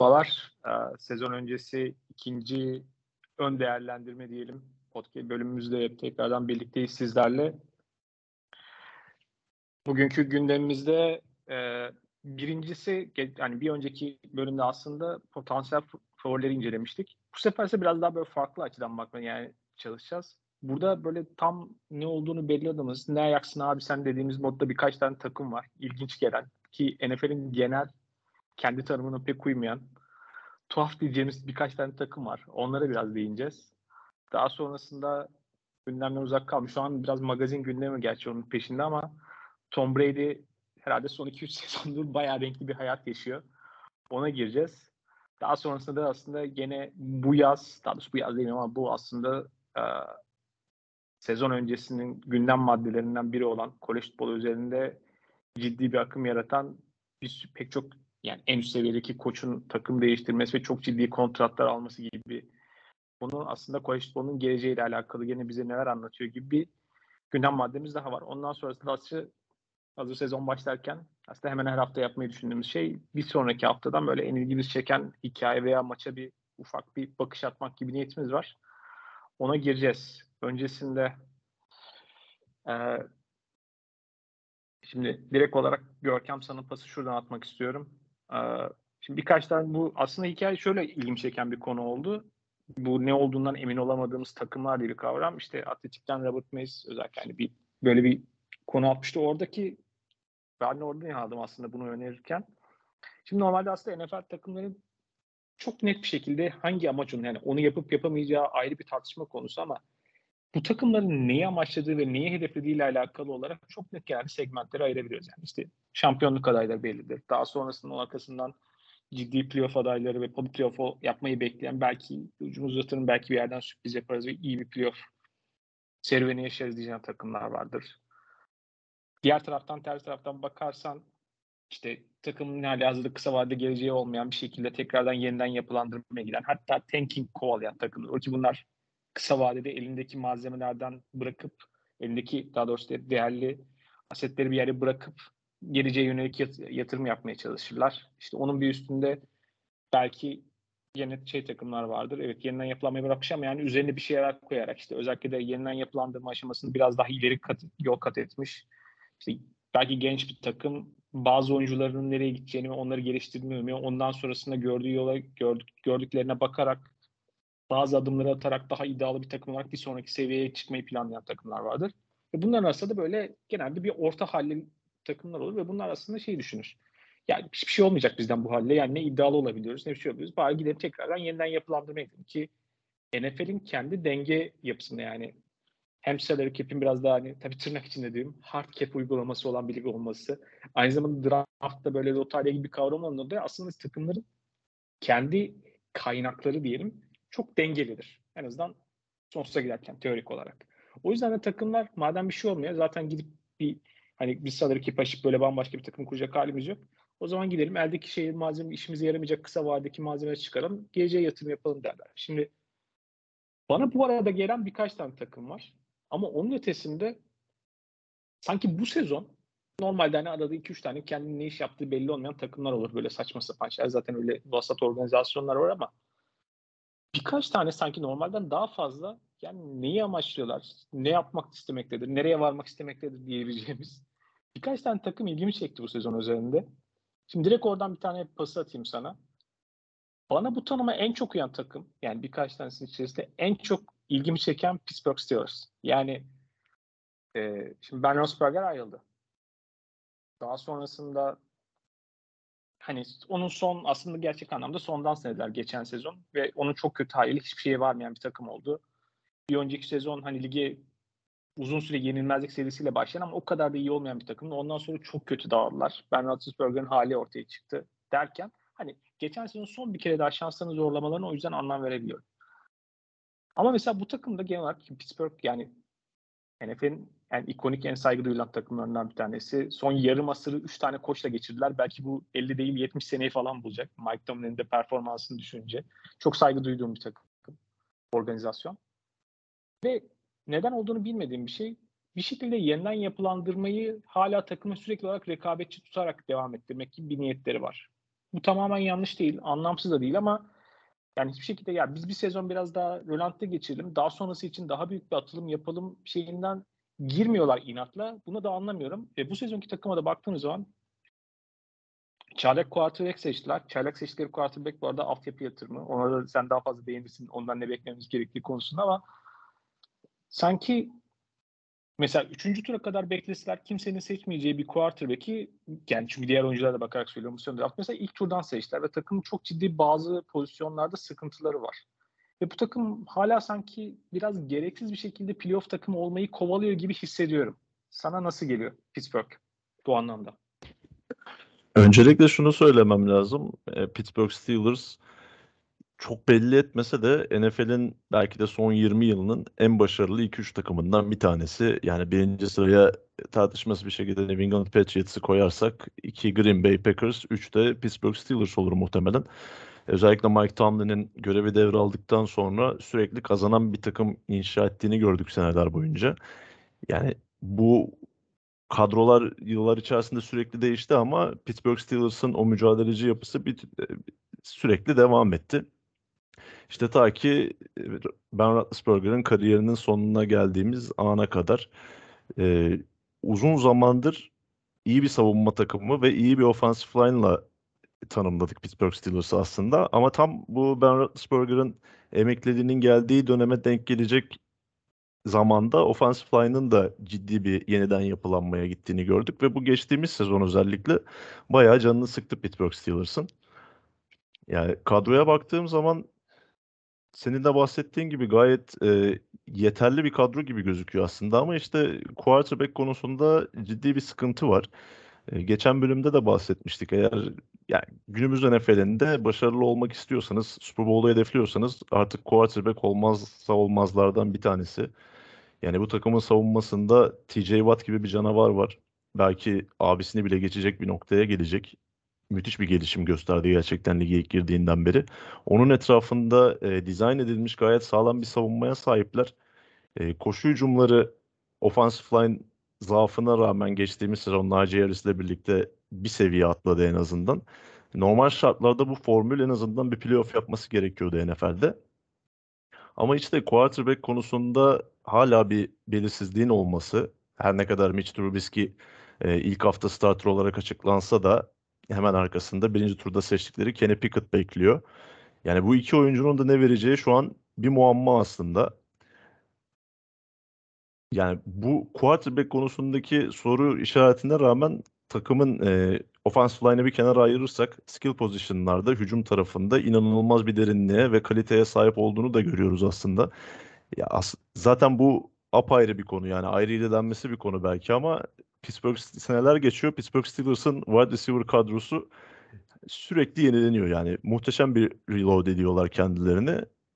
Merhabalar. Sezon öncesi ikinci ön değerlendirme diyelim. Podcast bölümümüzde tekrardan birlikteyiz sizlerle. Bugünkü gündemimizde birincisi, yani bir önceki bölümde aslında potansiyel favorileri incelemiştik. Bu sefer ise biraz daha böyle farklı açıdan bakmaya çalışacağız. Burada böyle tam ne olduğunu belli adamız. Ne ayaksın abi sen dediğimiz modda birkaç tane takım var. İlginç gelen ki NFL'in genel kendi tanımına pek uymayan tuhaf diyeceğimiz birkaç tane takım var. Onlara biraz değineceğiz. Daha sonrasında gündemden uzak kalmış. Şu an biraz magazin gündemi gerçi onun peşinde ama Tom Brady herhalde son 2-3 sezondur bayağı renkli bir hayat yaşıyor. Ona gireceğiz. Daha sonrasında da aslında gene bu yaz, daha doğrusu bu yaz değil ama bu aslında sezon öncesinin gündem maddelerinden biri olan kolej futbolu üzerinde ciddi bir akım yaratan pek çok yani en üst seviyedeki koçun takım değiştirmesi ve çok ciddi kontratlar alması gibi bunun aslında kolej futbolunun geleceğiyle alakalı yine bize neler anlatıyor gibi bir gündem maddemiz daha var. Ondan sonrasında hazır sezon başlarken aslında hemen her hafta yapmayı düşündüğümüz şey bir sonraki haftadan böyle en ilgimizi çeken hikaye veya maça bir ufak bir bakış atmak gibi niyetimiz var. Ona gireceğiz. Öncesinde şimdi direkt olarak Görkem sana pası şuradan atmak istiyorum. Şimdi birkaç tane bu aslında hikaye şöyle ilgimi çeken bir konu oldu. Bu ne olduğundan emin olamadığımız takımlar diye bir kavram. İşte Atletik'ten Robert Mays özellikle hani böyle bir konu atmıştı. Ben de oradan aldım aslında bunu önerirken. Şimdi normalde aslında NFL takımların çok net bir şekilde hangi amacın yani onu yapıp yapamayacağı ayrı bir tartışma konusu ama bu takımların neyi amaçladığı ve neyi hedeflediği ile alakalı olarak çok net genelde segmentlere ayırabiliyoruz. Yani işte şampiyonluk adayları bellidir. Daha sonrasında arkasından ciddi playoff adayları ve playoff yapmayı bekleyen belki ucunu uzatırım belki bir yerden sürpriz yaparız ve iyi bir playoff serüveni yaşarız diyeceğim takımlar vardır. Diğer taraftan ters taraftan bakarsan işte takımın halihazırda kısa vadede geleceği olmayan bir şekilde tekrardan yeniden yapılandırmaya giden hatta tanking kovalayan takımlar. O ki bunlar kısa vadede elindeki malzemelerden bırakıp elindeki daha doğrusu değerli asetleri bir yere bırakıp geleceğe yönelik yatırım yapmaya çalışırlar. İşte onun bir üstünde belki yeni takımlar vardır. Evet yeniden yapılanmayı bırakmış ama yani üzerine bir şeyler koyarak işte özellikle de yeniden yapılandırma aşamasını biraz daha ileri yol kat etmiş. İşte belki genç bir takım bazı oyuncuların nereye gideceğini ve onları geliştirmiyor. Ondan sonrasında gördüklerine bakarak bazı adımları atarak daha iddialı bir takım olarak bir sonraki seviyeye çıkmayı planlayan takımlar vardır. Ve bunların arasında da böyle genelde bir orta halli takımlar olur ve bunlar aslında düşünür. Yani hiçbir şey olmayacak bizden bu halde. Yani ne iddialı olabiliyoruz ne bir şey yapıyoruz. Bari gidelim tekrardan yeniden yapılandırmaya gidelim ki NFL'in kendi denge yapısında yani hem salary cap'in biraz daha hani tabii tırnak içinde diyeyim hard cap uygulaması olan bir lig olması. Aynı zamanda draftta böyle lotarya gibi bir kavram olan da aslında takımların kendi kaynakları diyelim çok dengelidir. En azından sonsuza giderken teorik olarak. O yüzden de takımlar madem bir şey olmuyor zaten gidip bir salary cap açıp böyle bambaşka bir takım kuracak halimiz yok. O zaman gidelim eldeki malzeme işimize yaramayacak kısa vadedeki malzemeleri çıkaralım. Geleceğe yatırım yapalım derler. Şimdi bana bu arada gelen birkaç tane takım var. Ama onun ötesinde sanki bu sezon normalde hani arada 2-3 tane kendinin ne iş yaptığı belli olmayan takımlar olur. Böyle saçma sapan şeyler. Zaten öyle vasat organizasyonlar var ama birkaç tane sanki normalden daha fazla yani neyi amaçlıyorlar, ne yapmak istemektedir, nereye varmak istemektedir diyebileceğimiz birkaç tane takım ilgimi çekti bu sezon üzerinde. Şimdi direkt oradan bir tane pas atayım sana. Bana bu tanıma en çok uyan takım yani birkaç tanesinin içerisinde en çok ilgimi çeken Pittsburgh Steelers. Yani şimdi Ben Roethlisberger ayrıldı. Daha sonrasında hani onun son aslında gerçek anlamda sondan seneler geçen sezon ve onun çok kötü haliyle hiçbir şeye varmayan bir takım oldu. Bir önceki sezon hani lige uzun süre yenilmezlik serisiyle başlayan ama o kadar da iyi olmayan bir takımdı. Ondan sonra çok kötü dağıldılar. Ben Roethlisberger'in hali ortaya çıktı derken hani geçen sezon son bir kere daha şanslarını zorlamalarına o yüzden anlam verebiliyorum. Ama mesela bu takımda genel olarak Pittsburgh yani NFL'in en ikonik, en saygı duyulan takımlarından bir tanesi. Son yarım asırı 3 tane koçla geçirdiler. Belki bu 50 değil 70 seneyi falan bulacak. Mike Tomlin'in de performansını düşününce. Çok saygı duyduğum bir takım, organizasyon. Ve neden olduğunu bilmediğim bir şey. Bir şekilde yeniden yapılandırmayı hala takımı sürekli olarak rekabetçi tutarak devam ettirmek gibi bir niyetleri var. Bu tamamen yanlış değil, anlamsız da değil ama yani hiçbir şekilde ya biz bir sezon biraz daha rölantide geçirelim, daha sonrası için daha büyük bir atılım yapalım şeyinden girmiyorlar inatla. Bunu da anlamıyorum. Bu sezonki takıma da baktığınız zaman çaylak quarterback seçtiler. Çaylak seçtikleri quarterback bu arada altyapı yatırımı. Ona da sen daha fazla değinirsin ondan ne beklememiz gerektiği konusunda ama sanki mesela 3. tura kadar bekleseler kimsenin seçmeyeceği bir quarterback'i yani çünkü diğer oyunculara da bakarak söylüyorum bu sene draft mesela ilk turdan seçtiler ve takımın çok ciddi bazı pozisyonlarda sıkıntıları var. Ve bu takım hala sanki biraz gereksiz bir şekilde playoff takımı olmayı kovalıyor gibi hissediyorum. Sana nasıl geliyor Pittsburgh bu anlamda? Öncelikle şunu söylemem lazım. Pittsburgh Steelers çok belli etmese de NFL'in belki de son 20 yılının en başarılı 2-3 takımından bir tanesi. Yani birinci sıraya tartışmasız bir şekilde New England Patriots'ı koyarsak 2 Green Bay Packers, 3 de Pittsburgh Steelers olur muhtemelen. Özellikle Mike Tomlin'in görevi devraldıktan sonra sürekli kazanan bir takım inşa ettiğini gördük seneler boyunca. Yani bu kadrolar yıllar içerisinde sürekli değişti ama Pittsburgh Steelers'ın o mücadeleci yapısı sürekli devam etti. İşte ta ki Ben Roethlisberger'ın kariyerinin sonuna geldiğimiz ana kadar e, uzun zamandır iyi bir savunma takımı ve iyi bir offensive line'la tanımladık Pittsburgh Steelers'ı aslında. Ama tam bu Ben Roethlisberger'ın emekliliğinin geldiği döneme denk gelecek zamanda offensive line'ın da ciddi bir yeniden yapılanmaya gittiğini gördük ve bu geçtiğimiz sezon özellikle bayağı canını sıktı Pittsburgh Steelers'ın. Yani kadroya baktığım zaman senin de bahsettiğin gibi gayet yeterli bir kadro gibi gözüküyor aslında ama işte quarterback konusunda ciddi bir sıkıntı var. Geçen bölümde de bahsetmiştik. Eğer yani günümüz NFL'inde başarılı olmak istiyorsanız, Super Bowl'u hedefliyorsanız artık quarterback olmazsa olmazlardan bir tanesi. Yani bu takımın savunmasında TJ Watt gibi bir canavar var. Belki abisini bile geçecek bir noktaya gelecek. Müthiş bir gelişim gösterdi gerçekten lige ilk girdiğinden beri. Onun etrafında dizayn edilmiş gayet sağlam bir savunmaya sahipler. Koşu hücumları offensive line zaafına rağmen geçtiğimiz sezon Najee Harris'le birlikte bir seviye atladı en azından. Normal şartlarda bu formül en azından bir playoff yapması gerekiyordu NFL'de. Ama işte quarterback konusunda hala bir belirsizliğin olması, her ne kadar Mitch Trubisky ilk hafta starter olarak açıklansa da hemen arkasında birinci turda seçtikleri Kenny Pickett bekliyor. Yani bu iki oyuncunun da ne vereceği şu an bir muamma aslında. Yani bu quarterback konusundaki soru işaretine rağmen takımın offensive line'ı bir kenara ayırırsak skill position'larda hücum tarafında inanılmaz bir derinliğe ve kaliteye sahip olduğunu da görüyoruz aslında. Ya zaten bu apayrı bir konu yani ayrı ilerlenmesi bir konu belki ama Pittsburgh seneler geçiyor. Pittsburgh Steelers'ın wide receiver kadrosu sürekli yenileniyor yani muhteşem bir reload ediyorlar kendilerini.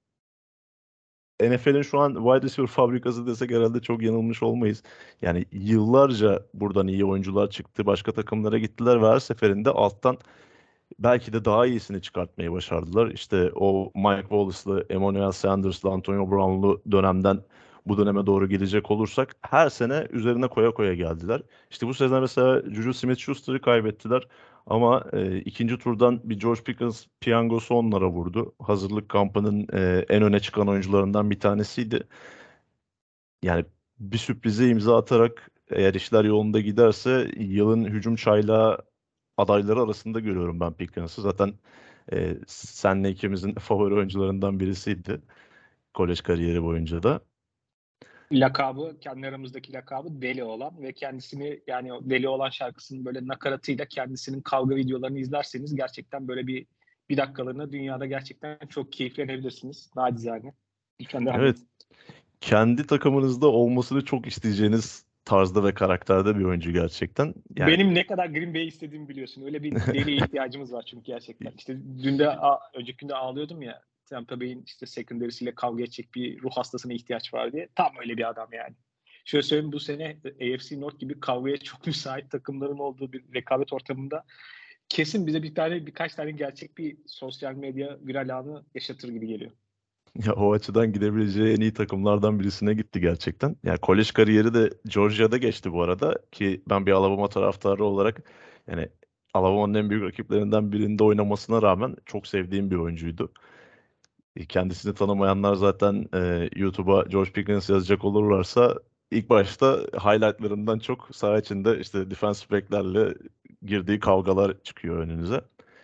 NFL'in şu an wide receiver fabrikası desek herhalde çok yanılmış olmayız. Yani yıllarca buradan iyi oyuncular çıktı, başka takımlara gittiler ve her seferinde alttan belki de daha iyisini çıkartmayı başardılar. İşte o Mike Wallace'lı, Emmanuel Sanders'lı, Antonio Brown'lu dönemden bu döneme doğru gelecek olursak her sene üzerine koya koya geldiler. İşte bu sezon mesela Juju Smith-Schuster'ı kaybettiler ama ikinci turdan bir George Pickens piyangosu onlara vurdu. Hazırlık kampının en öne çıkan oyuncularından bir tanesiydi. Yani bir sürprize imza atarak eğer işler yolunda giderse yılın hücum çaylağı adayları arasında görüyorum ben Pickens'ı. Zaten senle ikimizin favori oyuncularından birisiydi kolej kariyeri boyunca da. Lakabı, kendi aramızdaki lakabı Deli olan ve kendisini yani o Deli olan şarkısının böyle nakaratıyla kendisinin kavga videolarını izlerseniz gerçekten böyle bir dakikalığına dünyada gerçekten çok keyiflenebilirsiniz. Nacizane. Lütfen devam Evet, edin. kendi takımınızda olmasını çok isteyeceğiniz tarzda ve karakterde bir oyuncu gerçekten. Yani Benim ne kadar Green Bay istediğimi biliyorsun. Öyle bir deliye ihtiyacımız var çünkü gerçekten. İşte önceki günde ağlıyordum ya. Tampa Bay'in işte secondary'siyle kavga edecek bir ruh hastasına ihtiyaç var diye. Tam öyle bir adam yani. Şöyle söyleyeyim bu sene AFC North gibi kavgaya çok müsait takımların olduğu bir rekabet ortamında kesin bize birkaç tane gerçek bir sosyal medya viral anı yaşatır gibi geliyor. ya o açıdan gidebileceği en iyi takımlardan birisine gitti gerçekten. Yani kolej kariyeri de Georgia'da geçti bu arada ki ben bir Alabama taraftarı olarak yani Alabama'nın en büyük rakiplerinden birinde oynamasına rağmen çok sevdiğim bir oyuncuydu. Kendisini tanımayanlar zaten YouTube'a George Pickens yazacak olurlarsa ilk başta highlightlarından çok saha içinde işte defensive back'lerle girdiği kavgalar çıkıyor önünüze.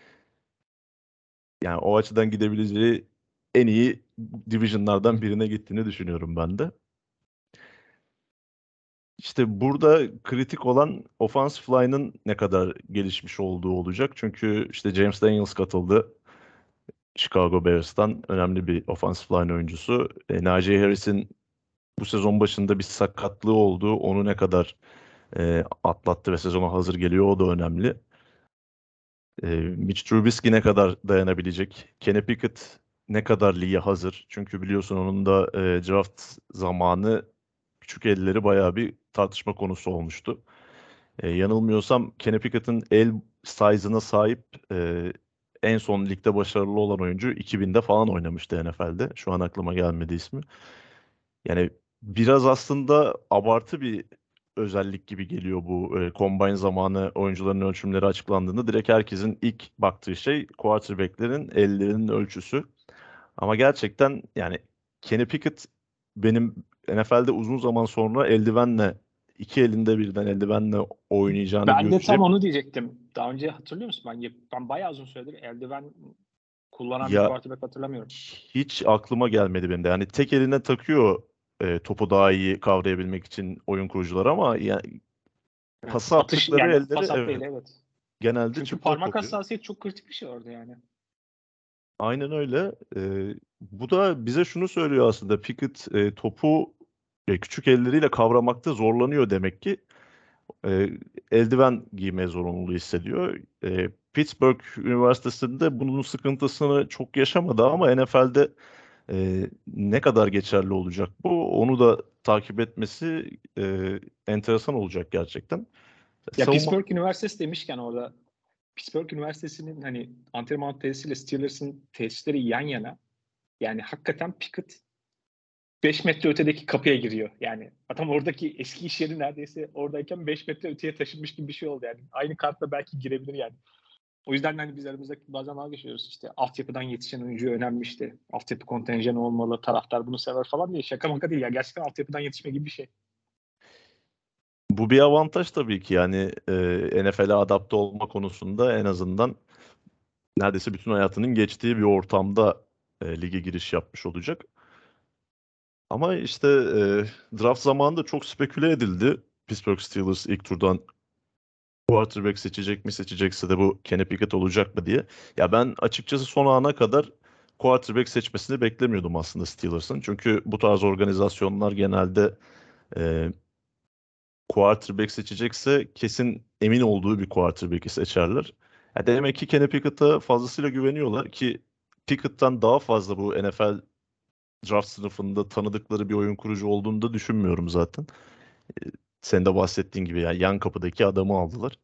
Yani o açıdan gidebileceği en iyi division'lardan birine gittiğini düşünüyorum ben de. İşte burada kritik olan offensive line'ın ne kadar gelişmiş olduğu olacak. Çünkü işte James Daniels katıldı. Chicago Bears'tan önemli bir offensive line oyuncusu. Najee Harris'in bu sezon başında bir sakatlığı oldu. Onu ne kadar atlattı ve sezona hazır geliyor o da önemli. Mitch Trubisky ne kadar dayanabilecek? Kenny Pickett ne kadar lige hazır? Çünkü biliyorsun onun da draft zamanı küçük elleri bayağı bir tartışma konusu olmuştu. Yanılmıyorsam Kenny Pickett'in el size'ına sahip en son ligde başarılı olan oyuncu 2000'de falan oynamıştı NFL'de. Şu an aklıma gelmedi ismi. Yani biraz aslında abartı bir özellik gibi geliyor bu combine zamanı oyuncuların ölçümleri açıklandığında. Direkt herkesin ilk baktığı şey quarterback'lerin ellerinin ölçüsü. Ama gerçekten yani Kenny Pickett benim NFL'de uzun zaman sonra eldivenle iki elinde birden eldivenle oynayacağını Ben de tam göreceğim. onu diyecektim. Daha önce hatırlıyor musun? Ben bayağı uzun süredir eldiven kullanan bir Ya quarterback hatırlamıyorum. hiç aklıma gelmedi benim de. Yani tek eline takıyor topu daha iyi kavrayabilmek için oyun kurucular ama yani Evet. pası Atış attıkları yani elleri pas evet atmayla evet. genelde Çünkü çıplak parmak oluyor. hassasiyeti çok kritik bir şey orada yani. Aynen öyle. Bu da bize şunu söylüyor aslında. Pickett topu küçük elleriyle kavramakta zorlanıyor demek ki. E, Eldiven giyme zorunluluğu hissediyor. Pittsburgh Üniversitesi'nde bunun sıkıntısını çok yaşamadı ama NFL'de ne kadar geçerli olacak bu? Onu da takip etmesi enteresan olacak gerçekten. Ya Savunma Pittsburgh Üniversitesi demişken orada Pittsburgh Üniversitesi'nin hani antrenman tesisiyle Steelers'ın tesisleri yan yana. Yani hakikaten Pickett 5 metre ötedeki kapıya giriyor. Yani adam oradaki eski iş yeri neredeyse oradayken 5 metre öteye taşınmış gibi bir şey oldu yani. Aynı kartla belki girebilir yani. O yüzden hani biz aramızda bazen dalga geçiyoruz işte altyapıdan yetişen oyuncu önemli işte. Altyapı kontenjanı olmalı, taraftar bunu sever falan diye. Şaka maka değil ya. Gerçekten altyapıdan yetişme gibi bir şey. bu bir avantaj tabii ki yani NFL'e adapte olma konusunda en azından neredeyse bütün hayatının geçtiği bir ortamda lige giriş yapmış olacak. Ama işte draft zamanında çok speküle edildi. Pittsburgh Steelers ilk turdan quarterback seçecek mi seçecekse de bu Kenny Pickett olacak mı diye. Ya ben açıkçası son ana kadar quarterback seçmesini beklemiyordum aslında Steelers'ın. Çünkü bu tarz organizasyonlar genelde e, quarterback seçecekse kesin emin olduğu bir quarterback'i seçerler. Ya demek ki Kenny Pickett'a fazlasıyla güveniyorlar ki Pickett'tan daha fazla bu NFL draft sınıfında tanıdıkları bir oyun kurucu olduğunu da düşünmüyorum zaten. E, Senin de bahsettiğin gibi yani yan kapıdaki adamı aldılar.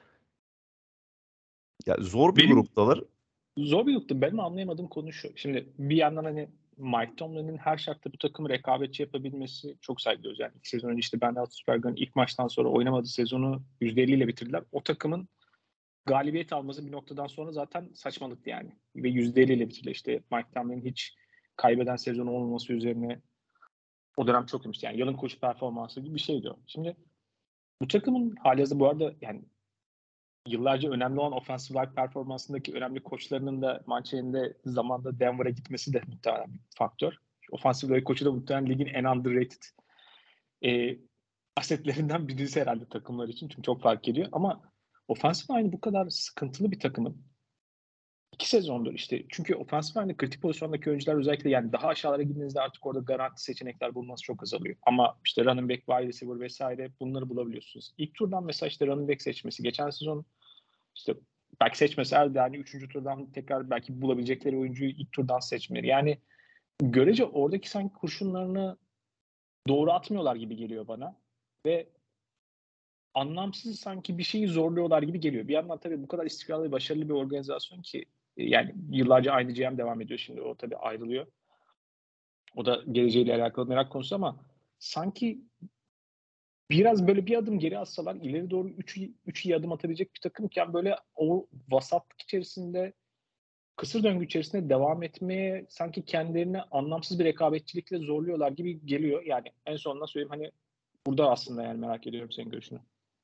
Ya zor bir Benim gruptalar. zor bir yoktu. Benim anlayamadığım konu şu. Şimdi bir yandan hani Mike Tomlin'in her şartta bu takımı rekabetçi yapabilmesi çok saygılıyoruz. Yani ilk sezon önce işte Ben Roethlisberger'ın ilk maçtan sonra oynamadığı sezonu %50 ile bitirdiler. O takımın galibiyet alması bir noktadan sonra zaten saçmalıktı yani. Ve %50 ile bitirdiler. İşte Mike Tomlin'in hiç kaybeden sezonu olmaması üzerine o dönem çok demişti. Yani yılın koçu performansı gibi bir şeydi o. Şimdi bu takımın halihazırda bu arada yani yıllarca önemli olan offensive line performansındaki önemli koçlarının da Manchester zamanda Denver'a gitmesi de muhtemelen bir faktör. Offensive line koçu da muhtemelen ligin en underrated e, asetlerinden birisi herhalde takımlar için. Çünkü çok fark ediyor. Ama offensive line bu kadar sıkıntılı bir takımın 2 sezondur işte. Çünkü offensive line'de kritik pozisyondaki oyuncular özellikle yani daha aşağılara gittiğinizde artık orada garanti seçenekler bulması çok azalıyor. Ama işte running back, wide receiver vesaire bunları bulabiliyorsunuz. İlk turdan mesela işte running back seçmesi. Geçen sezon işte belki seçmeseler de yani 3. turdan tekrar belki bulabilecekleri oyuncuyu ilk turdan seçmeleri. Yani görece oradaki sanki kurşunlarını doğru atmıyorlar gibi geliyor bana. Ve anlamsız sanki bir şeyi zorluyorlar gibi geliyor. Bir yandan tabii bu kadar istikrarlı ve başarılı bir organizasyon ki yani yıllarca aynı GM devam ediyor şimdi. O tabii ayrılıyor. O da geleceğiyle alakalı merak konusu ama sanki biraz böyle bir adım geri atsalar ileri doğru 3 iyi adım atabilecek bir takımken böyle o vasatlık içerisinde, kısır döngü içerisinde devam etmeye sanki kendilerini anlamsız bir rekabetçilikle zorluyorlar gibi geliyor. Yani en sonunda söyleyeyim, hani burada aslında yani merak ediyorum senin görüşünü.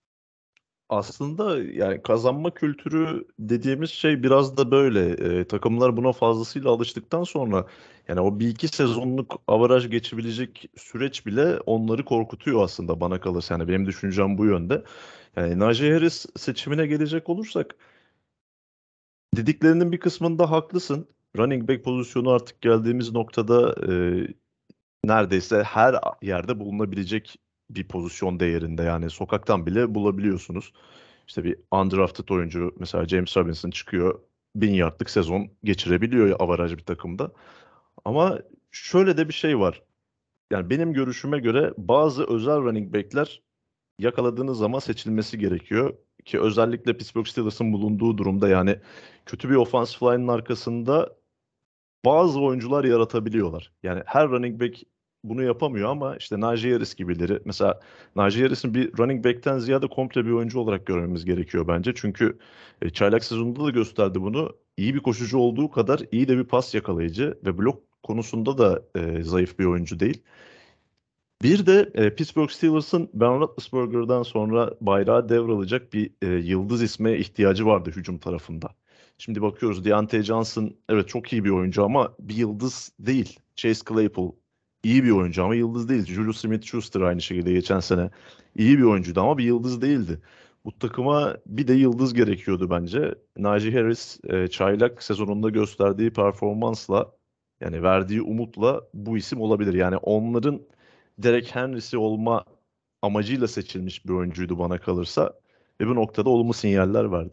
Aslında yani kazanma kültürü dediğimiz şey biraz da böyle. Takımlar buna fazlasıyla alıştıktan sonra yani o bir iki sezonluk avaraj geçebilecek süreç bile onları korkutuyor aslında bana kalırsa. Yani benim düşüncem bu yönde. Yani Najee Harris seçimine gelecek olursak dediklerinin bir kısmında haklısın. Running back pozisyonu artık geldiğimiz noktada neredeyse her yerde bulunabilecek bir pozisyon değerinde. Yani sokaktan bile bulabiliyorsunuz. İşte bir undrafted oyuncu mesela James Robinson çıkıyor 1.000 yardlık sezon geçirebiliyor avaraj bir takımda. Ama şöyle de bir şey var. Yani benim görüşüme göre bazı özel running back'ler yakaladığınız zaman seçilmesi gerekiyor. Ki özellikle Pittsburgh Steelers'ın bulunduğu durumda yani kötü bir offensive line'ın arkasında bazı oyuncular yaratabiliyorlar. Yani her running back bunu yapamıyor ama işte Najee Harris gibileri. Mesela Najee Harris'in bir running back'ten ziyade komple bir oyuncu olarak görmemiz gerekiyor bence. Çünkü çaylak sezonunda da gösterdi bunu. İyi bir koşucu olduğu kadar iyi de bir pas yakalayıcı ve blok konusunda da zayıf bir oyuncu değil. Bir de Pittsburgh Steelers'ın Ben Roethlisberger'dan sonra bayrağı devralacak bir yıldız isme ihtiyacı vardı hücum tarafında. Şimdi bakıyoruz Deontay Johnson evet çok iyi bir oyuncu ama bir yıldız değil. Chase Claypool iyi bir oyuncu ama yıldız değil. Julius Smith-Schuster aynı şekilde geçen sene iyi bir oyuncuydu ama bir yıldız değildi. Bu takıma bir de yıldız gerekiyordu bence. Najee Harris çaylak sezonunda gösterdiği performansla yani verdiği umutla bu isim olabilir. Yani onların Derek Henry'si olma amacıyla seçilmiş bir oyuncuydu bana kalırsa ve bu noktada olumlu sinyaller verdi.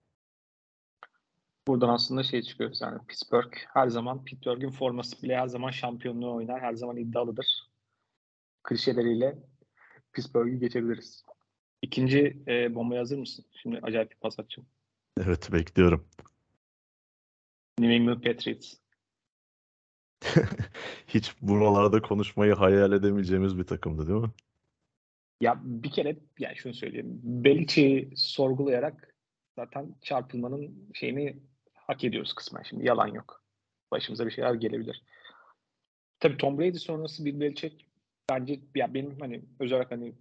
Buradan aslında şey çıkıyor, yani Pittsburgh her zaman, Pittsburgh'in forması bile her zaman şampiyonluğu oynar. Her zaman iddialıdır. Klişeleriyle Pittsburgh'ü geçebiliriz. İkinci bombaya hazır mısın? Şimdi acayip bir pas atacağım. Evet bekliyorum. New England Patriots. Hiç buralarda konuşmayı hayal edemeyeceğimiz bir takımdı değil mi? Ya bir kere yani şunu söyleyeyim. Belichick'i sorgulayarak zaten çarpılmanın şeyini hak ediyoruz kısmen. Şimdi yalan yok. Başımıza bir şeyler gelebilir. Tabii Tom Brady sonrası bir Belichick bence, ya benim hani özel olarak hani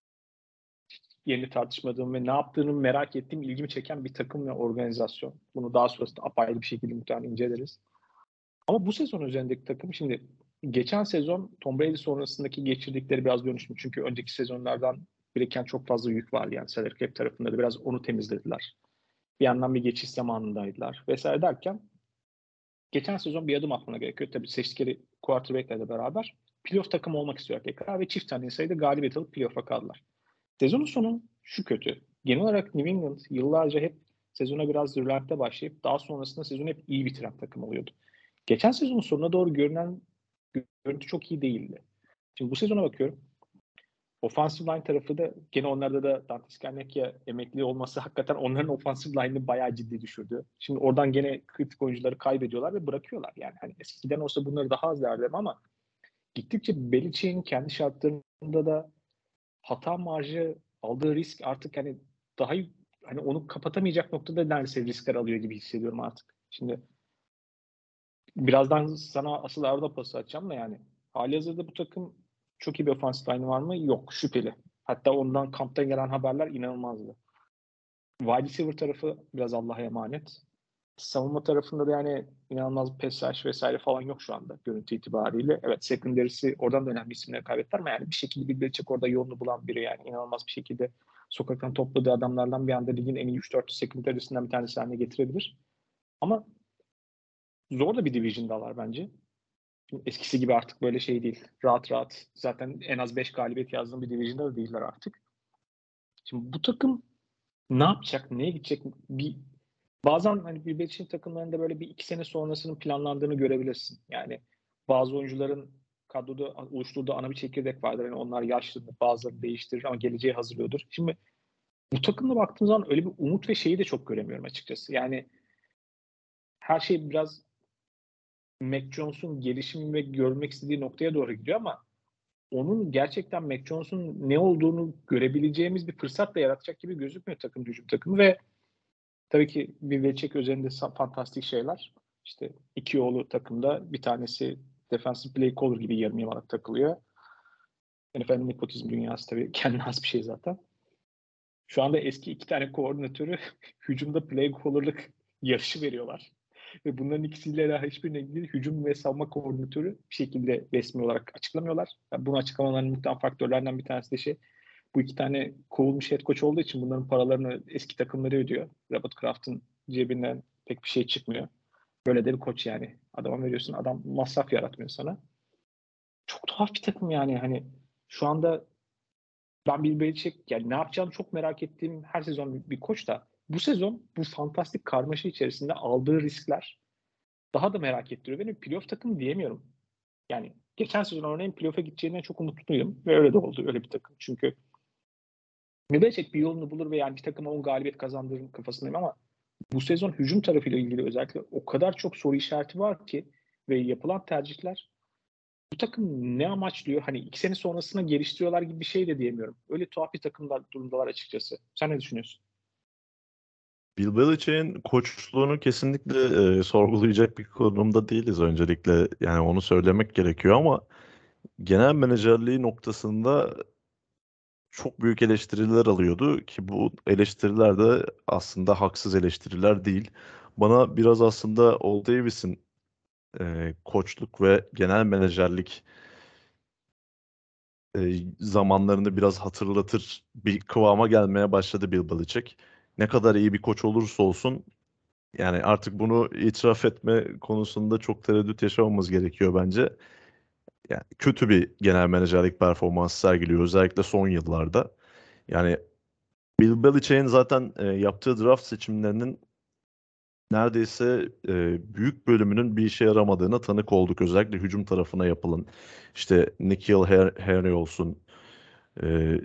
yerini tartışmadığım ve ne yaptığını merak ettiğim, ilgimi çeken bir takım ve organizasyon. Bunu daha sonrasında apayrı bir şekilde muhtemelen inceleriz. Ama bu sezon üzerindeki takım, şimdi geçen sezon Tom Brady sonrasındaki geçirdikleri biraz dönüşmüş. Çünkü önceki sezonlardan biriken çok fazla yük vardı. Yani salary cap tarafında da biraz onu temizlediler. Bir yandan bir geçiş zamanındaydılar vesaire derken geçen sezon bir adım atmana gerekiyor. Tabii seçtikleri quarterback'lerle beraber playoff takımı olmak istiyor tekrar ve çift tane sayıda galibiyet alıp playoff'a kaldılar. Sezonun sonu şu kötü. Genel olarak New England yıllarca hep sezona biraz rölante başlayıp daha sonrasında sezonu hep iyi bitiren takım oluyordu. Geçen sezonun sonuna doğru görünen görüntü çok iyi değildi. Şimdi bu sezona bakıyorum. Offensive line tarafı da gene onlarda da Dante Scarnecchia emekli olması hakikaten onların offensive line'ını bayağı ciddi düşürdü. Şimdi oradan gene kritik oyuncuları kaybediyorlar ve bırakıyorlar. Yani hani eskiden olsa bunları daha az derdim ama gittikçe Belichick'in kendi şartlarında da hata marjı, aldığı risk artık hani daha hani onu kapatamayacak noktada neredeyse riskler alıyor gibi hissediyorum artık. Şimdi birazdan sana asıl Arda pası açacağım da yani halihazırda bu takım çok iyi bir offensive line var mı? Yok, şüpheli. Hatta ondan kamptan gelen haberler inanılmazdı. Wide receiver tarafı biraz Allah'a emanet. Savunma tarafında da yani inanılmaz bir pass rush vesaire falan yok şu anda görüntü itibariyle. Evet, secondary'si oradan da önemli isimleri kaybettiler ama yani bir şekilde bir Belichick orada yolunu bulan biri, yani inanılmaz bir şekilde sokaktan topladığı adamlardan bir anda ligin en iyi 3-4 secondary'sinden bir tanesi haline getirebilir. Ama zor da bir division'dalar bence. Şimdi eskisi gibi artık böyle şey değil. Rahat rahat zaten en az 5 galibiyet yazdığım bir division'da da değiller artık. Şimdi bu takım ne yapacak, neye gidecek? Bazen hani bir Beşiktaş takımlarında böyle bir iki sene sonrasının planlandığını görebilirsin. Yani bazı oyuncuların kadroda oluşturduğu ana bir çekirdek vardır. Yani onlar yaşlı, bazıları değiştirir ama geleceğe hazırlıyordur. Şimdi bu takımda baktığım zaman öyle bir umut ve şeyi de çok göremiyorum açıkçası. Yani her şey biraz Mac Jones'un gelişimi ve görmek istediği noktaya doğru gidiyor ama onun gerçekten Mac Jones'un ne olduğunu görebileceğimiz bir fırsat da yaratacak gibi gözükmüyor takım, hücum takımı ve tabii ki Bill Belichick üzerinde fantastik şeyler. İşte iki oğlu takımda, bir tanesi defensive play caller gibi yarım yamalak takılıyor. NFL'in nepotizm dünyası tabii kendine has bir şey zaten. Şu anda eski iki tane koordinatörü hücumda play caller'lık yarışı veriyorlar. Ve bunların ikisiyle daha hiçbirine ilgili hücum ve savunma koordinatörü bir şekilde resmi olarak açıklamıyorlar. Yani bunu açıklamaların muhtemelen faktörlerden bir tanesi de bu iki tane kovulmuş head coach olduğu için bunların paralarını eski takımları ödüyor. Robert Kraft'ın cebinden pek bir şey çıkmıyor. Böyle de bir koç yani. Adama veriyorsun, adam masraf yaratmıyor sana. Çok tuhaf bir takım yani. Hani şu anda ben Bill Belichick, yani ne yapacağını çok merak ettiğim her sezon bir koç da bu sezon bu fantastik karmaşa içerisinde aldığı riskler daha da merak ettiriyor. Benim playoff takımı diyemiyorum. Yani geçen sezon örneğin playoff'a gideceğinden çok umutluydum ve öyle de oldu, öyle bir takım. Çünkü Bill Belichick bir yolunu bulur ve yani bir takıma 10 galibiyet kazandırır kafasındayım ama bu sezon hücum tarafıyla ilgili özellikle o kadar çok soru işareti var ki ve yapılan tercihler, bu takım ne amaçlıyor? Hani 2 sene sonrasına geliştiriyorlar gibi bir şey de diyemiyorum. Öyle tuhaf bir durumdalar açıkçası. Sen ne düşünüyorsun? Bill Belichick'in koçluğunu kesinlikle sorgulayacak bir konumda değiliz öncelikle. Yani onu söylemek gerekiyor ama genel menajerliği noktasında çok büyük eleştiriler alıyordu ki bu eleştiriler de aslında haksız eleştiriler değil. Bana biraz aslında Old Davis'in koçluk ve genel menajerlik zamanlarını biraz hatırlatır bir kıvama gelmeye başladı Bill Belichick. Ne kadar iyi bir koç olursa olsun yani artık bunu itiraf etme konusunda çok tereddüt yaşamamız gerekiyor bence. Yani kötü bir genel menajerlik performansı sergiliyor özellikle son yıllarda. Yani Bill Belichick'in zaten yaptığı draft seçimlerinin neredeyse büyük bölümünün bir işe yaramadığına tanık olduk. Özellikle hücum tarafına yapılan işte N'Keal Harry olsun. E,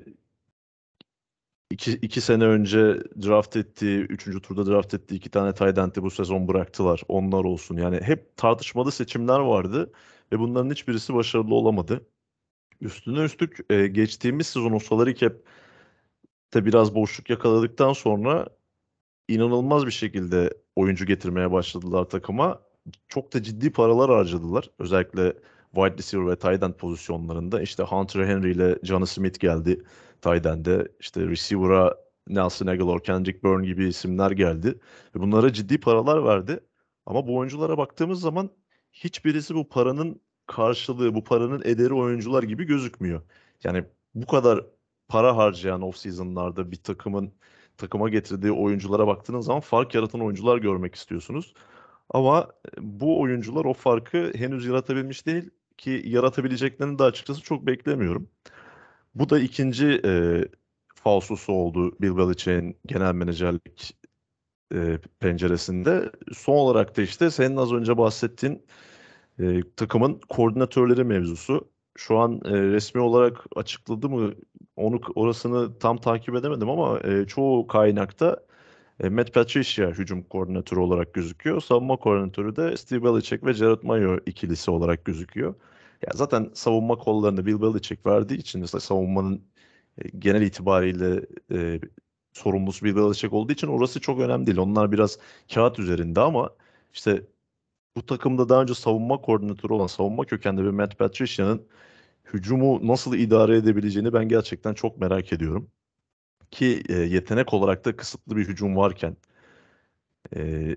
iki sene önce draft ettiği, üçüncü turda draft ettiği iki tane tight end'i bu sezon bıraktılar. Onlar olsun. Yani hep tartışmalı seçimler vardı ve bunların hiçbirisi başarılı olamadı. Üstüne üstlük geçtiğimiz sezon o salary cap'te biraz boşluk yakaladıktan sonra inanılmaz bir şekilde oyuncu getirmeye başladılar takıma. Çok da ciddi paralar harcadılar. Özellikle wide receiver ve tight end pozisyonlarında. İşte Hunter Henry ile Jonnu Smith geldi tight end'e. İşte receiver'a Nelson Aguilar, Kendrick Bourne gibi isimler geldi. Ve bunlara ciddi paralar verdi. Ama bu oyunculara baktığımız zaman hiçbirisi bu paranın karşılığı, bu paranın ederi oyuncular gibi gözükmüyor. Yani bu kadar para harcayan off-season'larda bir takıma getirdiği oyunculara baktığınız zaman fark yaratan oyuncular görmek istiyorsunuz. Ama bu oyuncular o farkı henüz yaratabilmiş değil ki yaratabileceklerini de açıkçası çok beklemiyorum. Bu da ikinci falsosu oldu Bill Belichick'in genel menajerlik penceresinde. Son olarak da işte senin az önce bahsettiğin takımın koordinatörleri mevzusu. Şu an resmi olarak açıkladı mı onu orasını tam takip edemedim ama çoğu kaynakta Matt Patricia hücum koordinatörü olarak gözüküyor. Savunma koordinatörü de Steve Belichick ve Jared Mayo ikilisi olarak gözüküyor. Ya zaten savunma kollarını Bill Belichick verdiği için mesela savunmanın genel itibariyle sorumlusu Bill Belichick olduğu için orası çok önemli değil. Onlar biraz kağıt üzerinde ama işte bu takımda daha önce savunma koordinatörü olan savunma kökenli bir Matt Patricia'nın hücumu nasıl idare edebileceğini ben gerçekten çok merak ediyorum. Ki yetenek olarak da kısıtlı bir hücum varken e,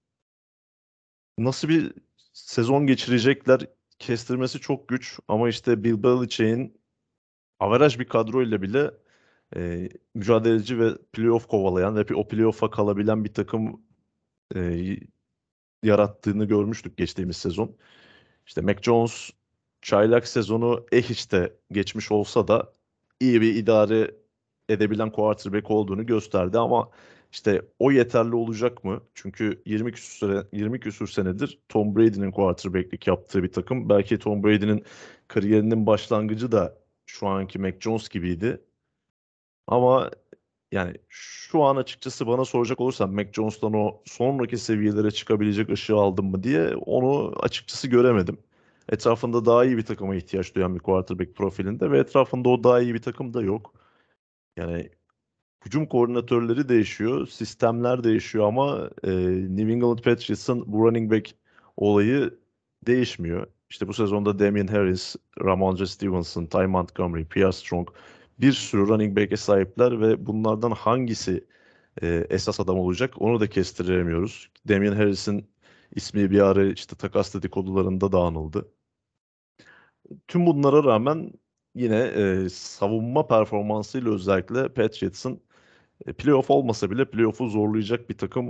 nasıl bir sezon geçirecekler kestirmesi çok güç. Ama işte Bill Belichick'in averaj bir kadroyla bile mücadeleci ve playoff kovalayan ve o playoff'a kalabilen bir takım e, yarattığını görmüştük geçtiğimiz sezon. İşte Mac Jones çaylak sezonu hiç de geçmiş olsa da iyi bir idare edebilen quarterback olduğunu gösterdi ama işte o yeterli olacak mı? Çünkü 20 küsur senedir Tom Brady'nin quarterback'lik yaptığı bir takım. Belki Tom Brady'nin kariyerinin başlangıcı da şu anki Mac Jones gibiydi. Ama yani şu an açıkçası bana soracak olursan Mac Jones'tan o sonraki seviyelere çıkabilecek ışığı aldım mı diye onu açıkçası göremedim. Etrafında daha iyi bir takıma ihtiyaç duyan bir quarterback profilinde ve etrafında o daha iyi bir takım da yok. Yani hücum koordinatörleri değişiyor, sistemler değişiyor ama New England Patriots'ın bu running back olayı değişmiyor. İşte bu sezonda Damian Harris, Ramondre Stevenson, Ty Montgomery, Pierre Strong bir sürü running back'e sahipler ve bunlardan hangisi esas adam olacak onu da kestiremiyoruz. Damian Harris'in ismi bir ara işte takas dedikodularında da anıldı. Tüm bunlara rağmen yine savunma performansıyla özellikle Patriots'ın playoff olmasa bile playoff'u zorlayacak bir takım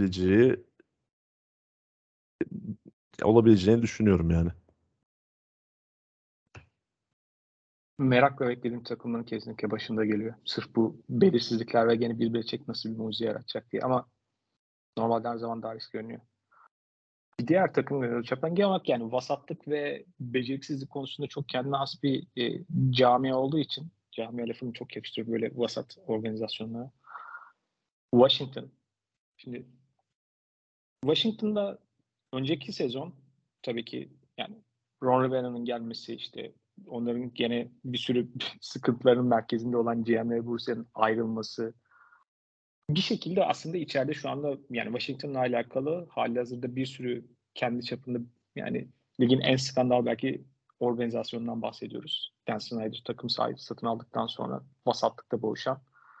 olabileceğini düşünüyorum yani. Merakla beklediğim takımların kesinlikle başında geliyor. Sırf bu belirsizlikler ve gene bir çek nasıl bir mucize yaratacak diye. Ama normalde her zaman daha risk görünüyor. Bir diğer takım Çapan genel olarak yani vasatlık ve beceriksizlik konusunda çok kendine has bir camia olduğu için camia lafını çok yakıştırıyor böyle vasat organizasyonlara. Washington. Şimdi Washington'da önceki sezon tabii ki yani Ron Rivera'nın gelmesi işte onların gene bir sürü sıkıntıların merkezinde olan GM Bruce'nin ayrılması bir şekilde aslında içeride şu anda yani Washington'la alakalı halihazırda bir sürü kendi çapında yani ligin en skandal belki organizasyonundan bahsediyoruz. Dan Snyder takım sahibi satın aldıktan sonra vasatlıkta boğuşan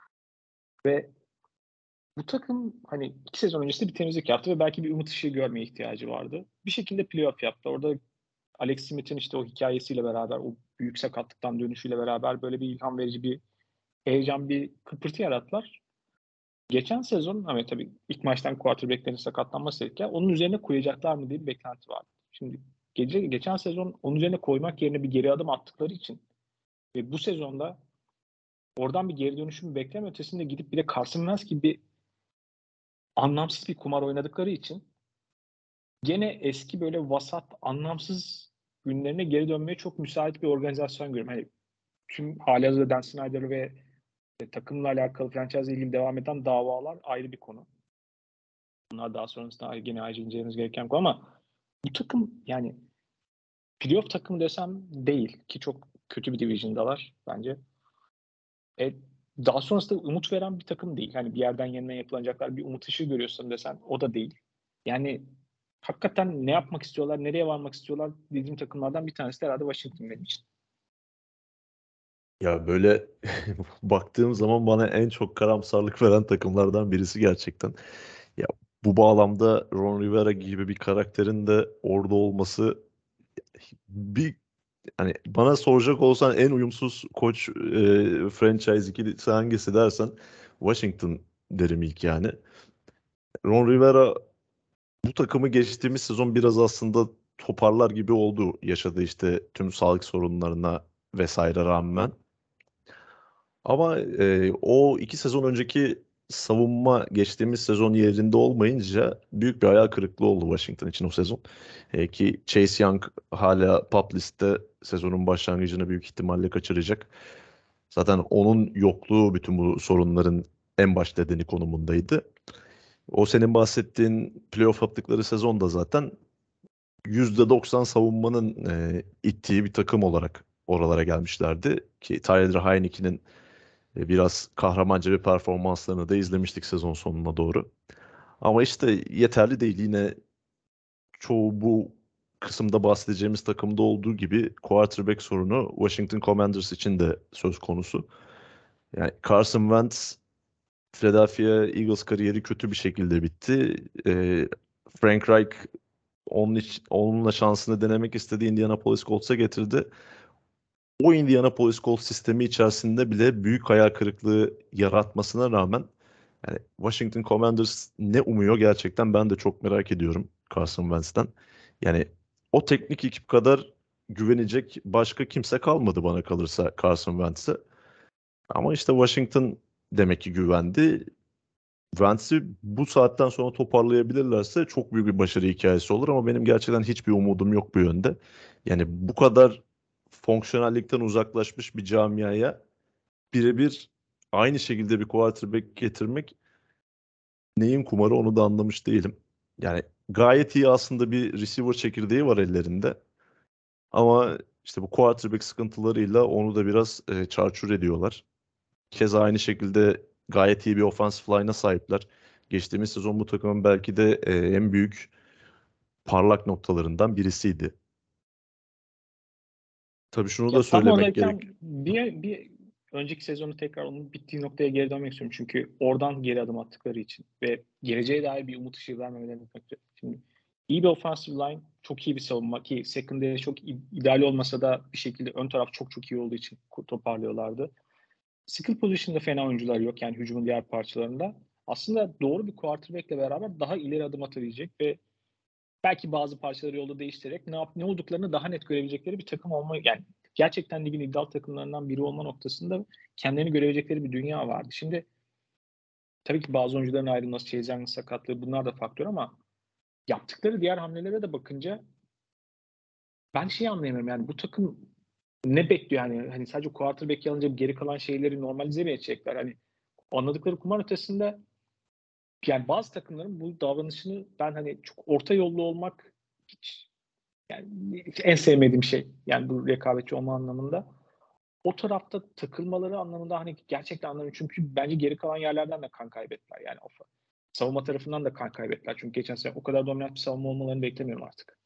ve bu takım hani 2 sezon öncesinde bir temizlik yaptı ve belki bir umut ışığı görmeye ihtiyacı vardı. Bir şekilde playoff yaptı. Orada Alex Smith'in işte o hikayesiyle beraber, o büyük sakatlıktan dönüşüyle beraber böyle bir ilham verici bir heyecan, bir kıpırtı yarattılar. Geçen sezon ama tabii ilk maçtan quarterback'lerin sakatlanması dedik ya onun üzerine koyacaklar mı diye bir beklenti vardı. Şimdi geçen sezon onun üzerine koymak yerine bir geri adım attıkları için ve bu sezonda oradan bir geri dönüşüm bekleme ötesinde gidip bir de Carson Wentz gibi bir anlamsız bir kumar oynadıkları için gene eski böyle vasat, anlamsız günlerine geri dönmeye çok müsait bir organizasyon görüyorum. Hani tüm halihazırda Dan Snyder ve takımla alakalı franchise ile ilgili devam eden davalar ayrı bir konu. Bunlar daha sonrasında gene ayrıca incelememiz gereken konu ama bu takım yani playoff takımı desem değil ki çok kötü bir division'dalar bence. E, daha sonrasında umut veren bir takım değil. Hani bir yerden yeniden yapılacaklar bir umut ışığı görüyorsun desen o da değil. Yani hakikaten ne yapmak istiyorlar, nereye varmak istiyorlar dediğim takımlardan bir tanesi de herhalde Washington benim için. Ya böyle baktığım zaman bana en çok karamsarlık veren takımlardan birisi gerçekten. Ya bu bağlamda Ron Rivera gibi bir karakterin de orada olması bir hani bana soracak olsan en uyumsuz koç franchise ikilisi hangisi dersen Washington derim ilk yani. Ron Rivera bu takımı geçtiğimiz sezon biraz aslında toparlar gibi oldu yaşadığı işte tüm sağlık sorunlarına vesaire rağmen. Ama o 2 sezon önceki savunma geçtiğimiz sezon yerinde olmayınca büyük bir hayal kırıklığı oldu Washington için o sezon. Ki Chase Young hala PUP liste sezonun başlangıcını büyük ihtimalle kaçıracak. Zaten onun yokluğu bütün bu sorunların en baş nedeni konumundaydı. O senin bahsettiğin playoff yaptıkları sezonda zaten %90 savunmanın ittiği bir takım olarak oralara gelmişlerdi. Ki Tyler Heinicke'nin biraz kahramanca bir performanslarını da izlemiştik sezon sonuna doğru. Ama işte yeterli değil. Yine çoğu bu kısımda bahsedeceğimiz takımda olduğu gibi quarterback sorunu Washington Commanders için de söz konusu. Yani Carson Wentz Philadelphia Eagles kariyeri kötü bir şekilde bitti. Frank Reich onunla şansını denemek istediği Indianapolis Colts'a getirdi. O Indianapolis Colts sistemi içerisinde bile büyük hayal kırıklığı yaratmasına rağmen yani Washington Commanders ne umuyor gerçekten ben de çok merak ediyorum Carson Wentz'ten. Yani o teknik ekip kadar güvenecek başka kimse kalmadı bana kalırsa Carson Wentz'e. Ama işte Washington demek ki güvendi. Wentz'i bu saatten sonra toparlayabilirlerse çok büyük bir başarı hikayesi olur ama benim gerçekten hiçbir umudum yok bu yönde. Yani bu kadar fonksiyonellikten uzaklaşmış bir camiaya birebir aynı şekilde bir quarterback getirmek neyin kumarı onu da anlamış değilim. Yani gayet iyi aslında bir receiver çekirdeği var ellerinde. Ama işte bu quarterback sıkıntılarıyla onu da biraz çarçur ediyorlar. Keza aynı şekilde gayet iyi bir offensive line'a sahipler. Geçtiğimiz sezon bu takımın belki de en büyük parlak noktalarından birisiydi. Tabii şunu da Ya tam söylemek oradayken gerek. bir önceki sezonu tekrar onun bittiği noktaya geri dönmek istiyorum. Çünkü oradan geri adım attıkları için ve geleceğe dair bir umut ışığı vermemelerini bekliyorum. Şimdi iyi bir offensive line, çok iyi bir savunma ki secondary çok ideal olmasa da bir şekilde ön taraf çok çok iyi olduğu için toparlıyorlardı. Skill position'da fena oyuncular yok yani hücumun diğer parçalarında. Aslında doğru bir quarterback'le beraber daha ileri adım atabilecek ve belki bazı parçaları yolda değiştirerek ne olduklarını daha net görebilecekleri bir takım olma, yani gerçekten ligin iddialı takımlarından biri olma noktasında kendilerini görebilecekleri bir dünya vardı. Şimdi tabii ki bazı oyuncuların ayrılması, Chase Young'ın sakatlığı bunlar da faktör ama yaptıkları diğer hamlelere de bakınca ben şeyi anlayamıyorum yani bu takım ne bekliyor yani hani sadece quarterback'i alınca geri kalan şeyleri normalize mi edecekler? Hani anladıkları kumar ötesinde yani bazı takımların bu davranışını ben hani çok orta yollu olmak hiç yani en sevmediğim şey. Yani bu rekabetçi olma anlamında. O tarafta takılmaları anlamında hani gerçekten anlamıyorum. Çünkü bence geri kalan yerlerden de kan kaybettiler. Yani savunma tarafından da kan kaybettiler. Çünkü geçen sene o kadar dominant bir savunma olmalarını beklemiyorum artık.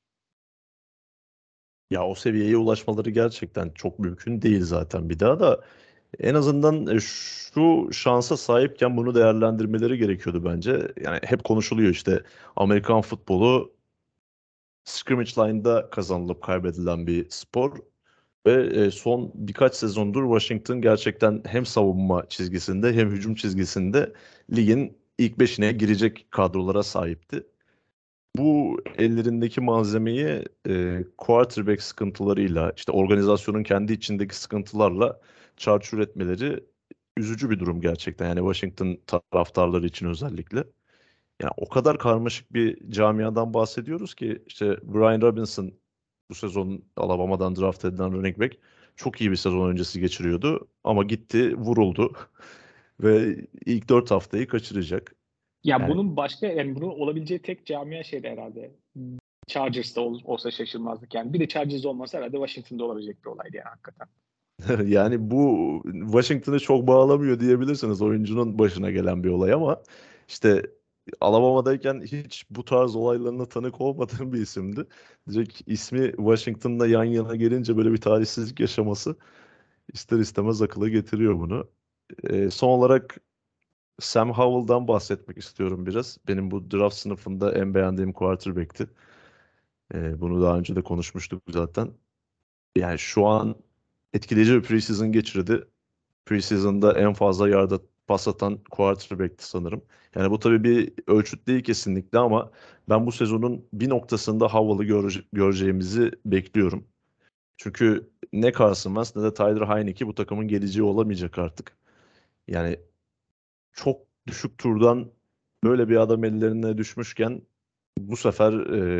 Ya o seviyeye ulaşmaları gerçekten çok mümkün değil zaten bir daha da. En azından şu şansa sahipken bunu değerlendirmeleri gerekiyordu bence. Yani hep konuşuluyor işte Amerikan futbolu scrimmage line'da kazanılıp kaybedilen bir spor. Ve son birkaç sezondur Washington gerçekten hem savunma çizgisinde hem hücum çizgisinde ligin ilk beşine girecek kadrolara sahipti. Bu ellerindeki malzemeyi quarterback sıkıntılarıyla, işte organizasyonun kendi içindeki sıkıntılarla çarçur etmeleri üzücü bir durum gerçekten. Yani Washington taraftarları için özellikle. Yani o kadar karmaşık bir camiadan bahsediyoruz ki işte Brian Robinson bu sezon Alabama'dan draft edilen running back çok iyi bir sezon öncesi geçiriyordu ama gitti vuruldu ve ilk 4 haftayı kaçıracak. Ya Yani bunun başka yani bunun olabileceği tek camia şeyde herhalde. Chargers'ta olsa şaşırmazdık yani. Bir de Chargers olmasa herhalde Washington'da olabilecek bir olaydı yani hakikaten. yani bu Washington'ı çok bağlamıyor diyebilirsiniz oyuncunun başına gelen bir olay ama işte Alabama'dayken hiç bu tarz olaylarına tanık olmadığım bir isimdi. Direkt ismi Washington'la yan yana gelince böyle bir talihsizlik yaşaması ister istemez akıla getiriyor bunu. Son olarak Sam Howell'dan bahsetmek istiyorum biraz. Benim bu draft sınıfında en beğendiğim quarterback'ti. Bunu daha önce de konuşmuştuk zaten. Yani şu an etkileyici bir preseason geçirdi. Preseason'da en fazla yarda pas atan quarterback'ti sanırım. Yani bu tabii bir ölçüt değil kesinlikle ama ben bu sezonun bir noktasında Howell'ı göreceğimizi bekliyorum. Çünkü ne Carson Wentz ne de Tyler Heinicke bu takımın geleceği olamayacak artık. Yani çok düşük turdan böyle bir adam ellerine düşmüşken bu sefer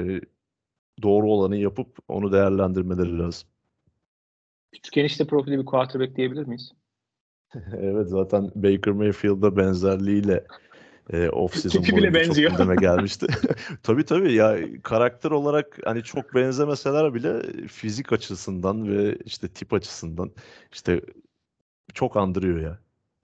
doğru olanı yapıp onu değerlendirmeleri lazım. Küçük enişte profili bir quarterback diyebilir miyiz? Evet zaten Baker Mayfield'a benzerliğiyle off-season Tipi bile boyunca çok benziyor. gündeme gelmişti. Tabii tabii ya karakter olarak hani çok benzemeseler bile fizik açısından ve işte tip açısından işte çok andırıyor ya.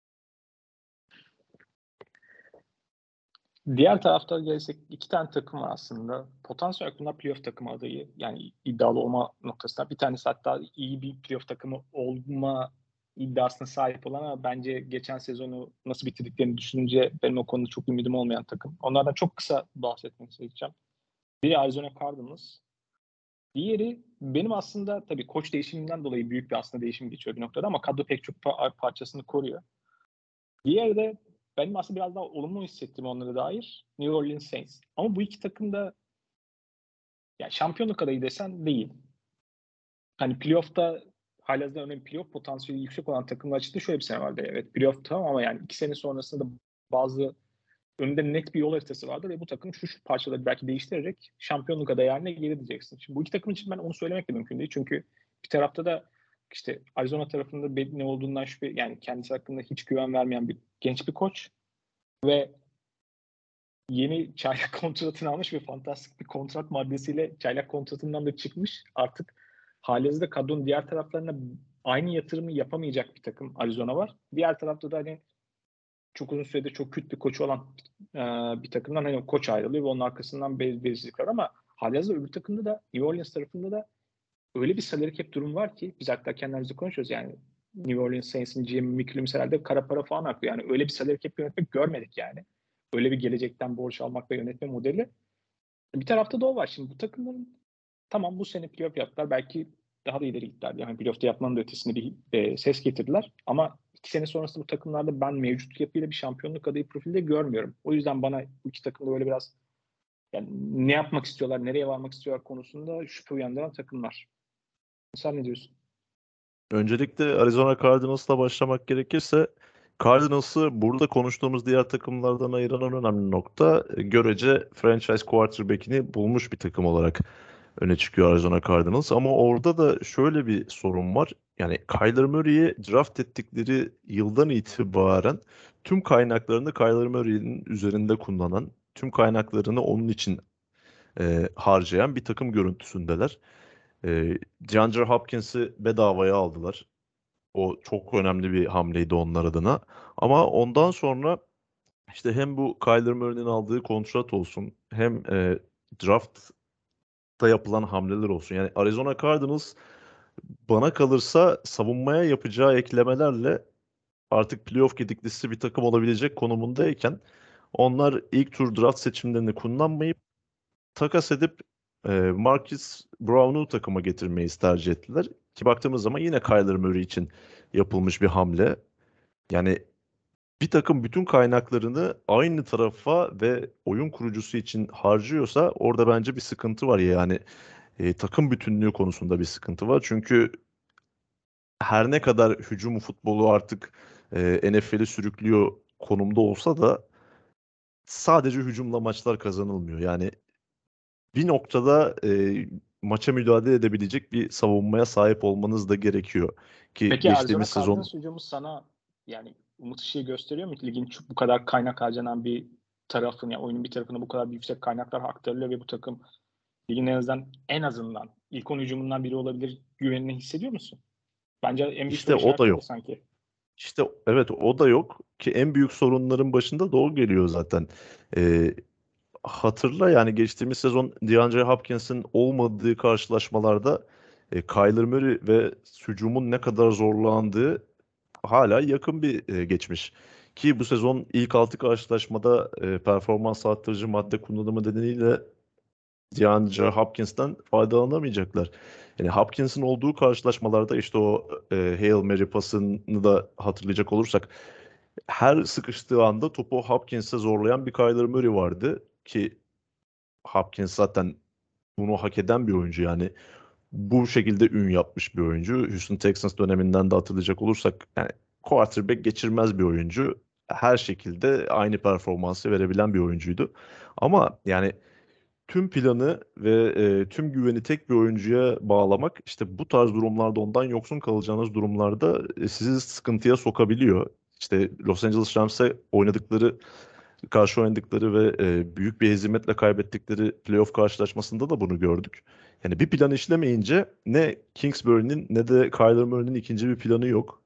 Diğer tarafta gelsek iki tane takım var aslında. Potansiyel olarak bunlar playoff takımı adayı. Yani iddialı olma noktasında. Bir tanesi hatta iyi bir playoff takımı olma iddiasına sahip olan ama bence geçen sezonu nasıl bitirdiklerini düşününce benim o konuda çok ümidim olmayan takım. Onlardan çok kısa bahsetmek isteyeceğim. Biri Arizona Cardinals. Diğeri benim aslında tabii koç değişiminden dolayı büyük bir aslında değişim geçiyor bir noktada ama kadro pek çok parçasını koruyor. Diğeri de benim aslında biraz daha olumlu hissettiğim onlara dair New Orleans Saints. Ama bu iki takım da yani şampiyonluk adayı desen değil. Hani playoff'ta halihazırda örneğin playoff potansiyeli yüksek olan takımlar için de şöyle bir sene vardı. Evet playoff tamam ama yani 2 sene sonrasında bazı önünde net bir yol haritası vardı ve bu takım şu parçaları belki değiştirerek şampiyonluk adayı haline gelebileceksin. Şimdi bu iki takım için ben onu söylemek de mümkün değil. Çünkü bir tarafta da işte Arizona tarafında ne olduğundan şüphe yani kendisi hakkında hiç güven vermeyen bir genç bir koç ve yeni çaylak kontratını almış ve fantastik bir kontrat maddesiyle çaylak kontratından da çıkmış. Artık halihazırda kadronun diğer taraflarına aynı yatırımı yapamayacak bir takım Arizona var. Diğer tarafta da hani çok uzun süredir çok kötü bir koçu olan bir takımdan hani koç ayrılıyor ve onun arkasından belirsizlik var ama halihazırda öbür takımda da New Orleans tarafında da öyle bir salary cap durum var ki biz hatta kendimizle konuşuyoruz yani New Orleans Saints'in GM Mick Loomis herhalde kara para falan akıyor. Yani öyle bir salary cap yönetmek görmedik yani. Öyle bir gelecekten borç almak ve yönetme modeli. Bir tarafta da o var. Şimdi bu takımların tamam bu sene playoff yaptılar. Belki daha da ileri gittiler. Yani playoff'ta yapmanın da ötesinde bir ses getirdiler. Ama 2 sene sonrasında bu takımlarda ben mevcut yapıyla bir şampiyonluk adayı profilde görmüyorum. O yüzden bana bu iki takımda böyle biraz yani ne yapmak istiyorlar, nereye varmak istiyorlar konusunda şüphe uyandıran takımlar. Sen ne diyorsun? Öncelikle Arizona Cardinals'la başlamak gerekirse Cardinals'ı burada konuştuğumuz diğer takımlardan ayıran en önemli nokta görece franchise quarterback'ini bulmuş bir takım olarak öne çıkıyor Arizona Cardinals. Ama orada da şöyle bir sorun var. Yani Kyler Murray'i draft ettikleri yıldan itibaren tüm kaynaklarını Kyler Murray'nin üzerinde kullanan, tüm kaynaklarını onun için harcayan bir takım görüntüsündeler. DeAndre Hopkins'i bedavaya aldılar. O çok önemli bir hamleydi onlar adına. Ama ondan sonra işte hem bu Kyler Murray'nin aldığı kontrat olsun hem draft'ta yapılan hamleler olsun. Yani Arizona Cardinals bana kalırsa savunmaya yapacağı eklemelerle artık playoff gediklisi bir takım olabilecek konumundayken onlar ilk tur draft seçimlerini kullanmayıp takas edip Marcus Brown'u takıma getirmeyi tercih ettiler. Ki baktığımız zaman yine Kyler Murray için yapılmış bir hamle. Yani bir takım bütün kaynaklarını aynı tarafa ve oyun kurucusu için harcıyorsa orada bence bir sıkıntı var yani takım bütünlüğü konusunda bir sıkıntı var. Çünkü her ne kadar hücum futbolu artık NFL'i sürüklüyor konumda olsa da sadece hücumla maçlar kazanılmıyor. Yani bir noktada maça müdahale edebilecek bir savunmaya sahip olmanız da gerekiyor. Ki Peki geçtiğimiz Arizona sezon Cardinals hücumu sana yani umut ışığı gösteriyor mu? Ligin bu kadar kaynak harcanan bir tarafın yani oyunun bir tarafına bu kadar yüksek kaynaklar aktarılıyor ve bu takım ligin en azından ilk 10 hücumundan biri olabilir güvenini hissediyor musun? Bence en büyük işte soru o da işareti orada yok. sanki. İşte evet o da yok ki en büyük sorunların başında da o geliyor zaten. E, Hatırla yani geçtiğimiz sezon DeAndre Hopkins'in olmadığı karşılaşmalarda Kyler Murray ve hücumun ne kadar zorlandığı hala yakın bir geçmiş. Ki bu sezon ilk 6 karşılaşmada performans arttırıcı madde kullanımı nedeniyle DeAndre Hopkins'ten faydalanamayacaklar. Yani Hopkins'in olduğu karşılaşmalarda işte o Hail Mary pasını da hatırlayacak olursak her sıkıştığı anda topu Hopkins'e zorlayan bir Kyler Murray vardı ki Hopkins zaten bunu hak eden bir oyuncu yani bu şekilde ün yapmış bir oyuncu. Houston Texans döneminden de hatırlayacak olursak yani quarterback geçirmez bir oyuncu. Her şekilde aynı performansı verebilen bir oyuncuydu. Ama yani tüm planı ve tüm güveni tek bir oyuncuya bağlamak işte bu tarz durumlarda ondan yoksun kalacağınız durumlarda sizi sıkıntıya sokabiliyor. İşte Los Angeles Rams'e karşı oynadıkları ve büyük bir hezimetle kaybettikleri playoff karşılaşmasında da bunu gördük. Yani bir plan işlemeyince ne Kingsbury'nin ne de Kyler Murray'nin ikinci bir planı yok.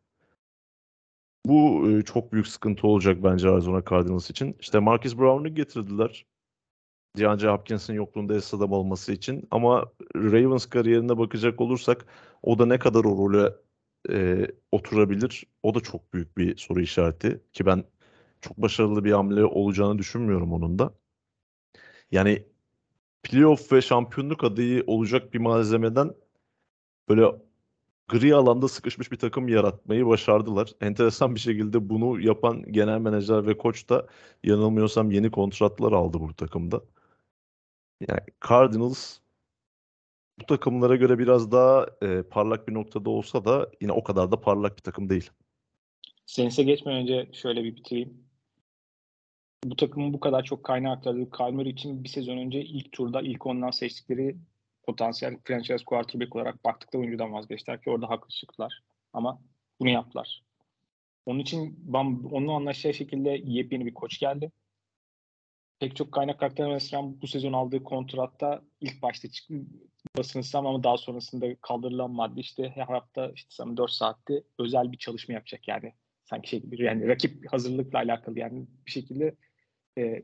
Bu çok büyük sıkıntı olacak bence Arizona Cardinals için. İşte Marcus Brown'u getirdiler. DeAndre Hopkins'in yokluğunda es adam olması için. Ama Ravens kariyerine bakacak olursak o da ne kadar o role oturabilir? O da çok büyük bir soru işareti. Ki ben çok başarılı bir hamle olacağını düşünmüyorum onun da. Yani playoff ve şampiyonluk adayı olacak bir malzemeden böyle gri alanda sıkışmış bir takım yaratmayı başardılar. Enteresan bir şekilde bunu yapan genel menajer ve koç da yanılmıyorsam yeni kontratlar aldı bu takımda. Yani Cardinals bu takımlara göre biraz daha parlak bir noktada olsa da yine o kadar da parlak bir takım değil. Saints'e geçmeden önce şöyle bir bitireyim. Bu takımın bu kadar çok kaynağı aktardığı Kyler için bir sezon önce ilk turda ilk ondan seçtikleri potansiyel franchise quarterback olarak baktıkları oyuncudan vazgeçtiler ki orada haklı çıktılar. Ama bunu yaptılar. Onun için onunla anlaşacağı şekilde yepyeni bir koç geldi. Pek çok kaynak aktarmasından bu sezon aldığı kontratta ilk başta basınırsam ama daha sonrasında kaldırılan madde işte her hafta işte sana 4 saatte özel bir çalışma yapacak yani. Sanki şey gibi yani rakip hazırlıkla alakalı yani bir şekilde e,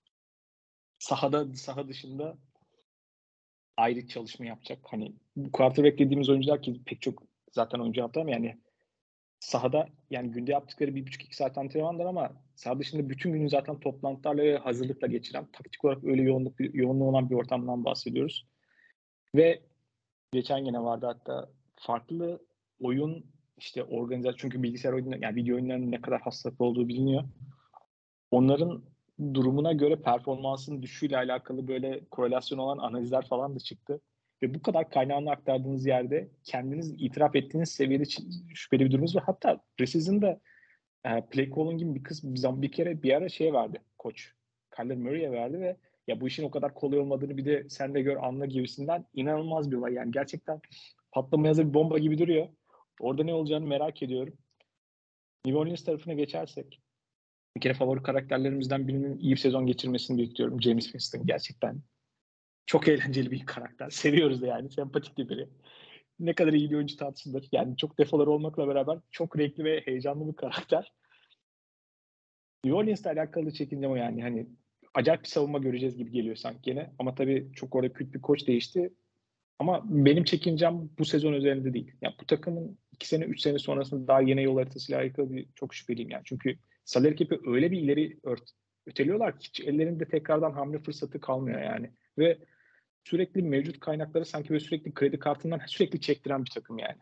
saha dışında ayrı çalışma yapacak. Hani bu quarterback dediğimiz oyuncular ki pek çok zaten oyuncu yaptı ama yani sahada yani günde yaptıkları 1,5-2 saat antrenmanlar ama saha dışında bütün günü zaten toplantılarla ve hazırlıkla geçiren taktik olarak öyle yoğunluğu olan bir ortamdan bahsediyoruz. Ve geçen gene vardı hatta farklı oyun işte organizasyon çünkü bilgisayar oyunları yani video oyunlarının ne kadar hastalıklı olduğu biliniyor. Onların durumuna göre performansın düşüşüyle alakalı böyle korelasyon olan analizler falan da çıktı. Ve bu kadar kaynağını aktardığınız yerde kendiniz itiraf ettiğiniz seviyede şüpheli bir durumunuz var. Hatta preseason'da play calling gibi bir kere bir ara şeye verdi koç. Kyler Murray'e verdi ve ya bu işin o kadar kolay olmadığını bir de sen de gör anla gibisinden inanılmaz bir olay. Yani gerçekten patlamaya hazır bir bomba gibi duruyor. Orada ne olacağını merak ediyorum. New Orleans tarafına geçersek bir kere favori karakterlerimizden birinin iyi bir sezon geçirmesini bekliyorum. James Winston gerçekten çok eğlenceli bir karakter. Seviyoruz da yani. Sempatik de biri. Ne kadar iyi bir oyuncu tartışılır. Yani çok defoları olmakla beraber çok renkli ve heyecanlı bir karakter. New Orleans'la alakalı çekincem o yani. Hani acayip bir savunma göreceğiz gibi geliyor sanki gene. Ama tabii çok orada kötü bir koç değişti. Ama benim çekincem bu sezon üzerinde değil. Yani bu takımın 2 sene 3 sene sonrasında daha yeni yol haritasıyla alakalı çok şüpheliyim yani. Çünkü salary cap'i öyle bir ileri öteliyorlar ki hiç ellerinde tekrardan hamle fırsatı kalmıyor yani. Ve sürekli mevcut kaynakları sanki böyle sürekli kredi kartından sürekli çektiren bir takım yani.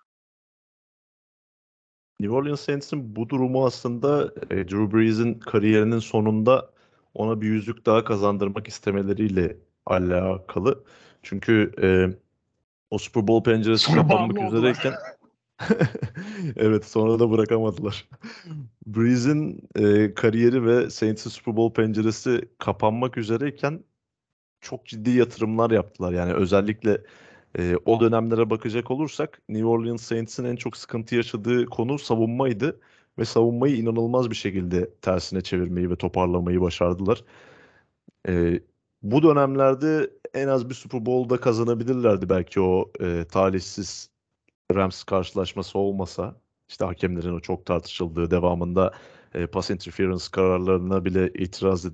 New Orleans Saints'in bu durumu aslında Drew Brees'in kariyerinin sonunda ona bir yüzük daha kazandırmak istemeleriyle alakalı. Çünkü o Super Bowl penceresi Sonra bağımlı kapanmak oldular. üzereyken evet sonra da bırakamadılar. Brees'in kariyeri ve Saints'in Super Bowl penceresi kapanmak üzereyken çok ciddi yatırımlar yaptılar. Yani özellikle o dönemlere bakacak olursak New Orleans Saints'in en çok sıkıntı yaşadığı konu savunmaydı ve savunmayı inanılmaz bir şekilde tersine çevirmeyi ve toparlamayı başardılar. E, Bu dönemlerde en az bir Super Bowl'da kazanabilirlerdi belki o talihsiz Rams karşılaşması olmasa. İşte hakemlerin o çok tartışıldığı devamında pass interference kararlarına bile itiraz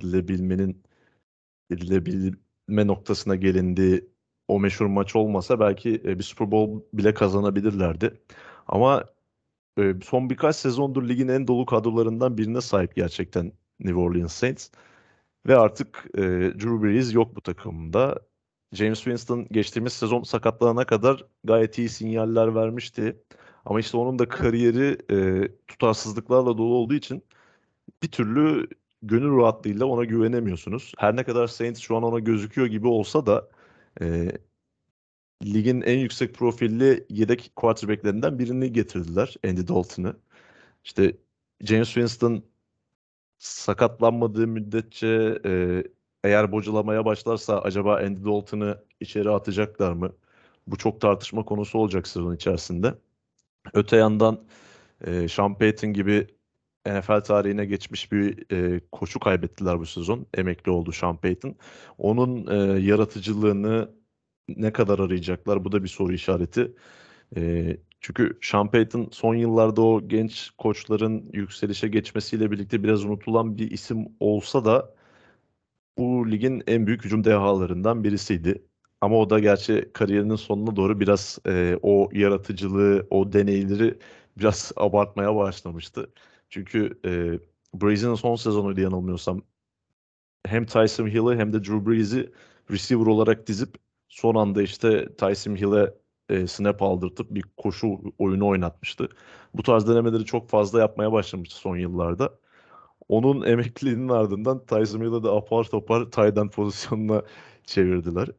edilebilme noktasına gelindiği o meşhur maç olmasa belki bir Super Bowl bile kazanabilirlerdi. Ama son birkaç sezondur ligin en dolu kadrolarından birine sahip gerçekten New Orleans Saints. Ve artık Drew Brees yok bu takımda. James Winston geçtiğimiz sezon sakatlanana kadar gayet iyi sinyaller vermişti. Ama işte onun da kariyeri tutarsızlıklarla dolu olduğu için bir türlü gönül rahatlığıyla ona güvenemiyorsunuz. Her ne kadar Saints şu an ona gözüküyor gibi olsa da e, ligin en yüksek profilli yedek quarterbacklerinden birini getirdiler, Andy Dalton'ı. İşte James Winston sakatlanmadığı müddetçe eğer bocalamaya başlarsa acaba Andy Dalton'ı içeri atacaklar mı? Bu çok tartışma konusu olacak sezon içerisinde. Öte yandan Sean Payton gibi NFL tarihine geçmiş bir koçu kaybettiler bu sezon. Emekli oldu Sean Payton. Onun yaratıcılığını ne kadar arayacaklar? Bu da bir soru işareti. Çünkü Sean Payton son yıllarda o genç koçların yükselişe geçmesiyle birlikte biraz unutulan bir isim olsa da bu ligin en büyük hücum dehalarından birisiydi. Ama o da gerçi kariyerinin sonuna doğru biraz o yaratıcılığı, o deneyleri biraz abartmaya başlamıştı. Çünkü Brees'in son sezonuydu yanılmıyorsam. Hem Taysom Hill'i hem de Drew Brees'i receiver olarak dizip son anda işte Taysom Hill'e snap aldırtıp bir koşu oyunu oynatmıştı. Bu tarz denemeleri çok fazla yapmaya başlamıştı son yıllarda. Onun emekliliğinin ardından Tyson Hill'ı da apar topar tight end pozisyonuna çevirdiler.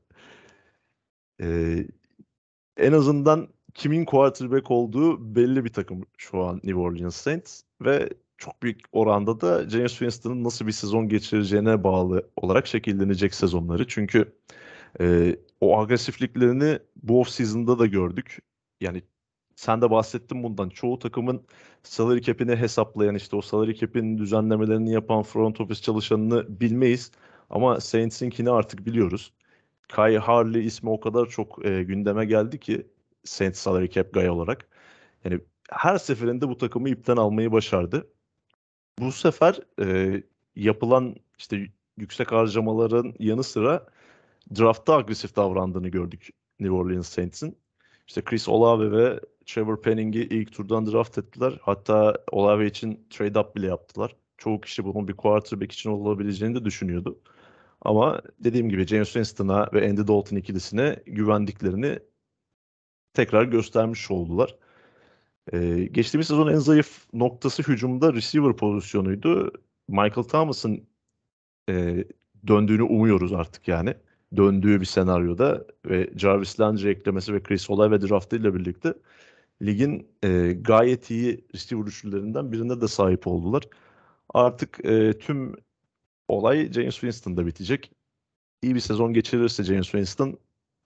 Ee, En azından kimin quarterback olduğu belli bir takım şu an New Orleans Saints ve çok büyük oranda da James Winston'ın nasıl bir sezon geçireceğine bağlı olarak şekillenecek sezonları. Çünkü o agresifliklerini bu off-season'da da gördük. Yani sen de bahsettin bundan. Çoğu takımın salary cap'ini hesaplayan işte o salary cap'in düzenlemelerini yapan front office çalışanını bilmeyiz. Ama Saints'inkini artık biliyoruz. Kai Harley ismi o kadar çok gündeme geldi ki Saints salary cap guy olarak. Yani her seferinde bu takımı ipten almayı başardı. Bu sefer yapılan işte yüksek harcamaların yanı sıra draftta agresif davrandığını gördük New Orleans Saints'in. İşte Chris Olave ve Trevor Penning'i ilk turdan draft ettiler. Hatta Olave için trade up bile yaptılar. Çoğu kişi bunun bir quarterback için olabileceğini de düşünüyordu. Ama dediğim gibi James Winston'a ve Andy Dalton ikilisine güvendiklerini tekrar göstermiş oldular. Geçtiğimiz sezon en zayıf noktası hücumda receiver pozisyonuydu. Michael Thomas'ın e, döndüğünü umuyoruz artık yani. Döndüğü bir senaryoda ve Jarvis Landry eklemesi ve Chris Olave draftıyla birlikte ligin gayet iyi receiver üçlülerinden birine de sahip oldular. Artık tüm olay James Winston'da bitecek. İyi bir sezon geçirirse James Winston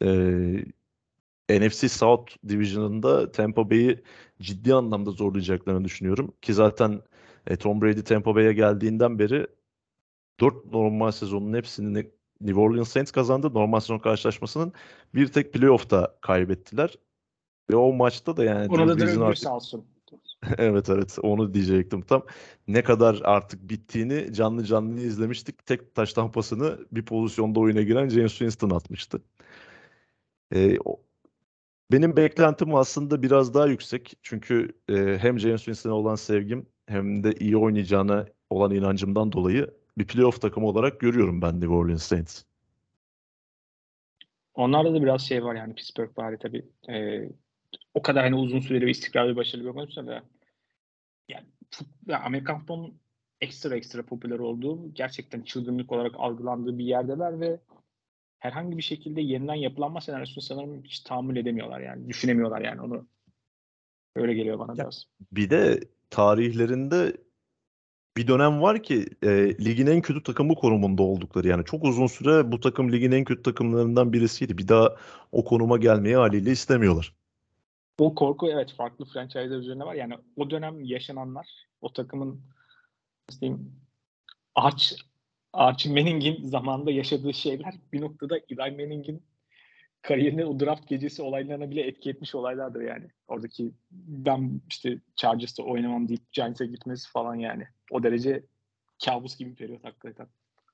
NFC South Division'ında Tampa Bay'i ciddi anlamda zorlayacaklarını düşünüyorum. Ki zaten Tom Brady Tampa Bay'e geldiğinden beri 4 normal sezonun hepsini New Orleans Saints kazandı. Normal sezon karşılaşmasının bir tek playoff'ta kaybettiler. Ve o maçta da yani Ona Drew da Brees'in Drew artık alsın. evet onu diyecektim tam. Ne kadar artık bittiğini canlı canlı izlemiştik. Tek taş tampasını bir pozisyonda oyuna giren James Winston atmıştı. E, Benim beklentim aslında biraz daha yüksek. Çünkü hem James Winston'a olan sevgim hem de iyi oynayacağına olan inancımdan dolayı bir playoff takımı olarak görüyorum ben New Orleans Saints. Onlarda da biraz şey var yani Pittsburgh bari tabii. O kadar hani uzun süreli ve istikrarlı bir başarılı bir olmasa da yani Amerikan futbolunun ekstra popüler olduğu, gerçekten çılgınlık olarak algılandığı bir yerdeler ve herhangi bir şekilde yeniden yapılanma senaryosunu sanırım hiç tahammül edemiyorlar yani. Düşünemiyorlar yani onu. Öyle geliyor bana Ya biraz. bir de tarihlerinde bir dönem var ki ligin en kötü takımı konumunda oldukları yani çok uzun süre bu takım ligin en kötü takımlarından birisiydi. Bir daha o konuma gelmeyi haliyle istemiyorlar. O korku evet farklı franchise'lar üzerine var. Yani o dönem yaşananlar, o takımın nasıl diyeyim, Arch, Arch Manning'in zamanında yaşadığı şeyler bir noktada Eli Manning'in kariyerine o draft gecesi olaylarına bile etki etmiş olaylardır yani. Oradaki ben işte Chargers'ta oynamam deyip Giants'e gitmesi falan yani. O derece kabus gibi bir periyot hakikaten.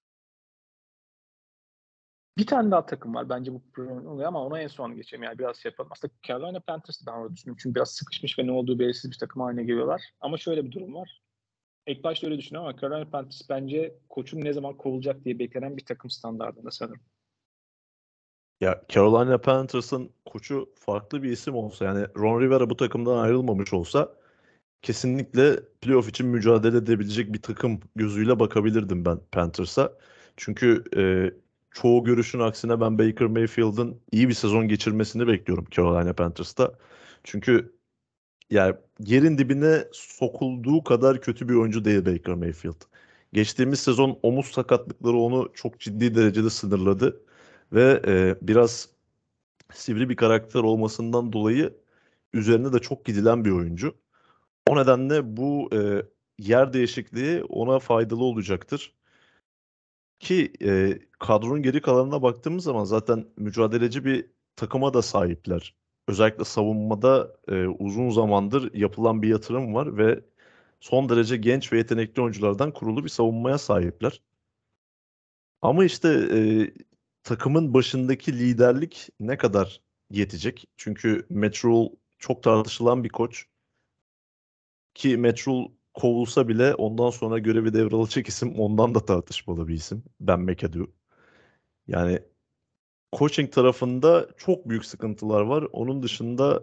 Bir tane daha takım var. Bence bu programın oluyor ama ona en son geçelim. Yani biraz şey yapalım. Aslında Carolina Panthers'ı ben orada düşünüyorum. Çünkü biraz sıkışmış ve ne olduğu belirsiz bir takım haline geliyorlar. Ama şöyle bir durum var. İlk başta öyle düşünüyorum ama Carolina Panthers bence koçun ne zaman kovulacak diye beklenen bir takım standardında sanırım. Ya Carolina Panthers'ın koçu farklı bir isim olsa yani Ron Rivera bu takımdan ayrılmamış olsa kesinlikle playoff için mücadele edebilecek bir takım gözüyle bakabilirdim ben Panthers'a. Çünkü çoğu görüşün aksine ben Baker Mayfield'ın iyi bir sezon geçirmesini bekliyorum Carolina Panthers'ta. Çünkü yani yerin dibine sokulduğu kadar kötü bir oyuncu değil Baker Mayfield. Geçtiğimiz sezon omuz sakatlıkları onu çok ciddi derecede sınırladı ve biraz sivri bir karakter olmasından dolayı üzerine de çok gidilen bir oyuncu. O nedenle bu yer değişikliği ona faydalı olacaktır. Ki kadronun geri kalanına baktığımız zaman zaten mücadeleci bir takıma da sahipler. Özellikle savunmada uzun zamandır yapılan bir yatırım var ve son derece genç ve yetenekli oyunculardan kurulu bir savunmaya sahipler. Ama işte takımın başındaki liderlik ne kadar yetecek? Çünkü Matt Rhule çok tartışılan bir koç. Ki Matt Rhule kovulsa bile ondan sonra görevi devralacak isim ondan da tartışmalı bir isim. Ben McAdoo. Yani coaching tarafında çok büyük sıkıntılar var. Onun dışında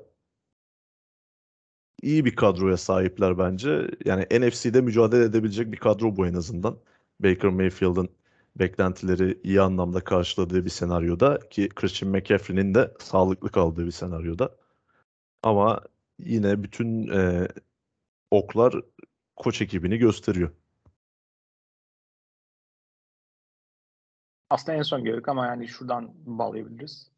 iyi bir kadroya sahipler bence. Yani NFC'de mücadele edebilecek bir kadro bu en azından. Baker Mayfield'ın beklentileri iyi anlamda karşıladığı bir senaryoda ki Christian McCaffrey'nin de sağlıklı kaldığı bir senaryoda. Ama yine bütün oklar koç ekibini gösteriyor. Aslında en son geldik ama yani şuradan bağlayabiliriz.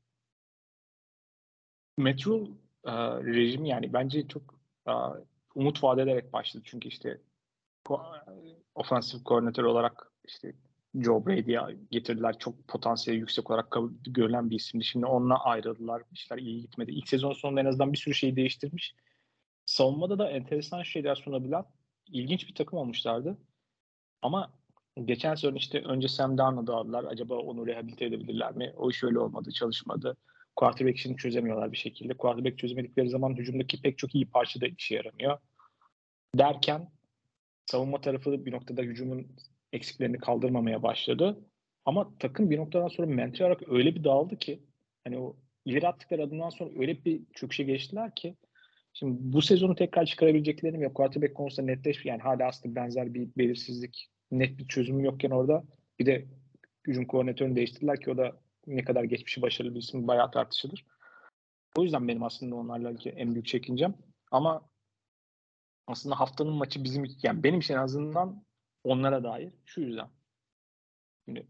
Metro rejimi yani bence çok e, umut vaat ederek başladı. Çünkü işte offensive koordinatör olarak işte Joe Brady'yi getirdiler. Çok potansiyeli yüksek olarak görülen bir isimdi. Şimdi onunla ayrıldılar. İşler iyi gitmedi. İlk sezon sonunda en azından bir sürü şeyi değiştirmiş. Savunmada da enteresan şeyler sunabilen ilginç bir takım olmuşlardı. Ama geçen sezon işte önce Sam Darnold'u aldılar. Acaba onu rehabilite edebilirler mi? O iş öyle olmadı, çalışmadı. Quarterback işini çözemiyorlar bir şekilde. Quarterback çözemedikleri zaman hücumdaki pek çok iyi parça da işe yaramıyor. Derken savunma tarafı bir noktada hücumun eksiklerini kaldırmamaya başladı. Ama takım bir noktadan sonra mental olarak öyle bir dağıldı ki hani o ileri attıkları adımdan sonra öyle bir çöküşe geçtiler ki şimdi bu sezonu tekrar çıkarabileceklerim yok. Quarterback konusunda yani hala aslında benzer bir belirsizlik, net bir çözüm yokken orada bir de hücum koordinatörünü değiştirdiler ki o da ne kadar geçmişi başarılı bir isim bayağı tartışılır. O yüzden benim aslında onlarla ilgili en büyük çekincem. Ama aslında haftanın maçı yani benim için en azından onlara dair şu yüzden. Şimdi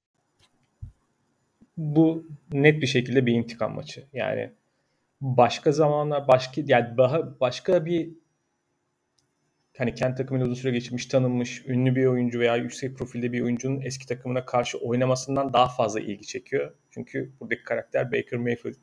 bu net bir şekilde bir intikam maçı. Yani başka zamanlar yani başka bir hani kendi takımıyla uzun süre geçirmiş, tanınmış, ünlü bir oyuncu veya yüksek profilde bir oyuncunun eski takımına karşı oynamasından daha fazla ilgi çekiyor. Çünkü buradaki karakter Baker Mayfield.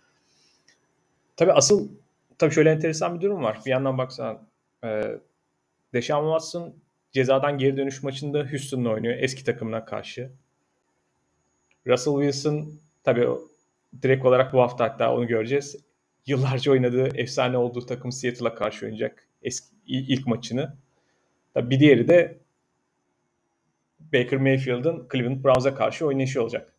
Tabii şöyle enteresan bir durum var. Bir yandan baksana Deshaun Watson cezadan geri dönüş maçında Houston'la oynuyor eski takımına karşı. Russell Wilson tabii direkt olarak bu hafta hatta onu göreceğiz. Yıllarca oynadığı, efsane olduğu takım Seattle'a karşı oynayacak ilk maçını. Tabii bir diğeri de Baker Mayfield'ın Cleveland Browns'a karşı oynayışı olacak.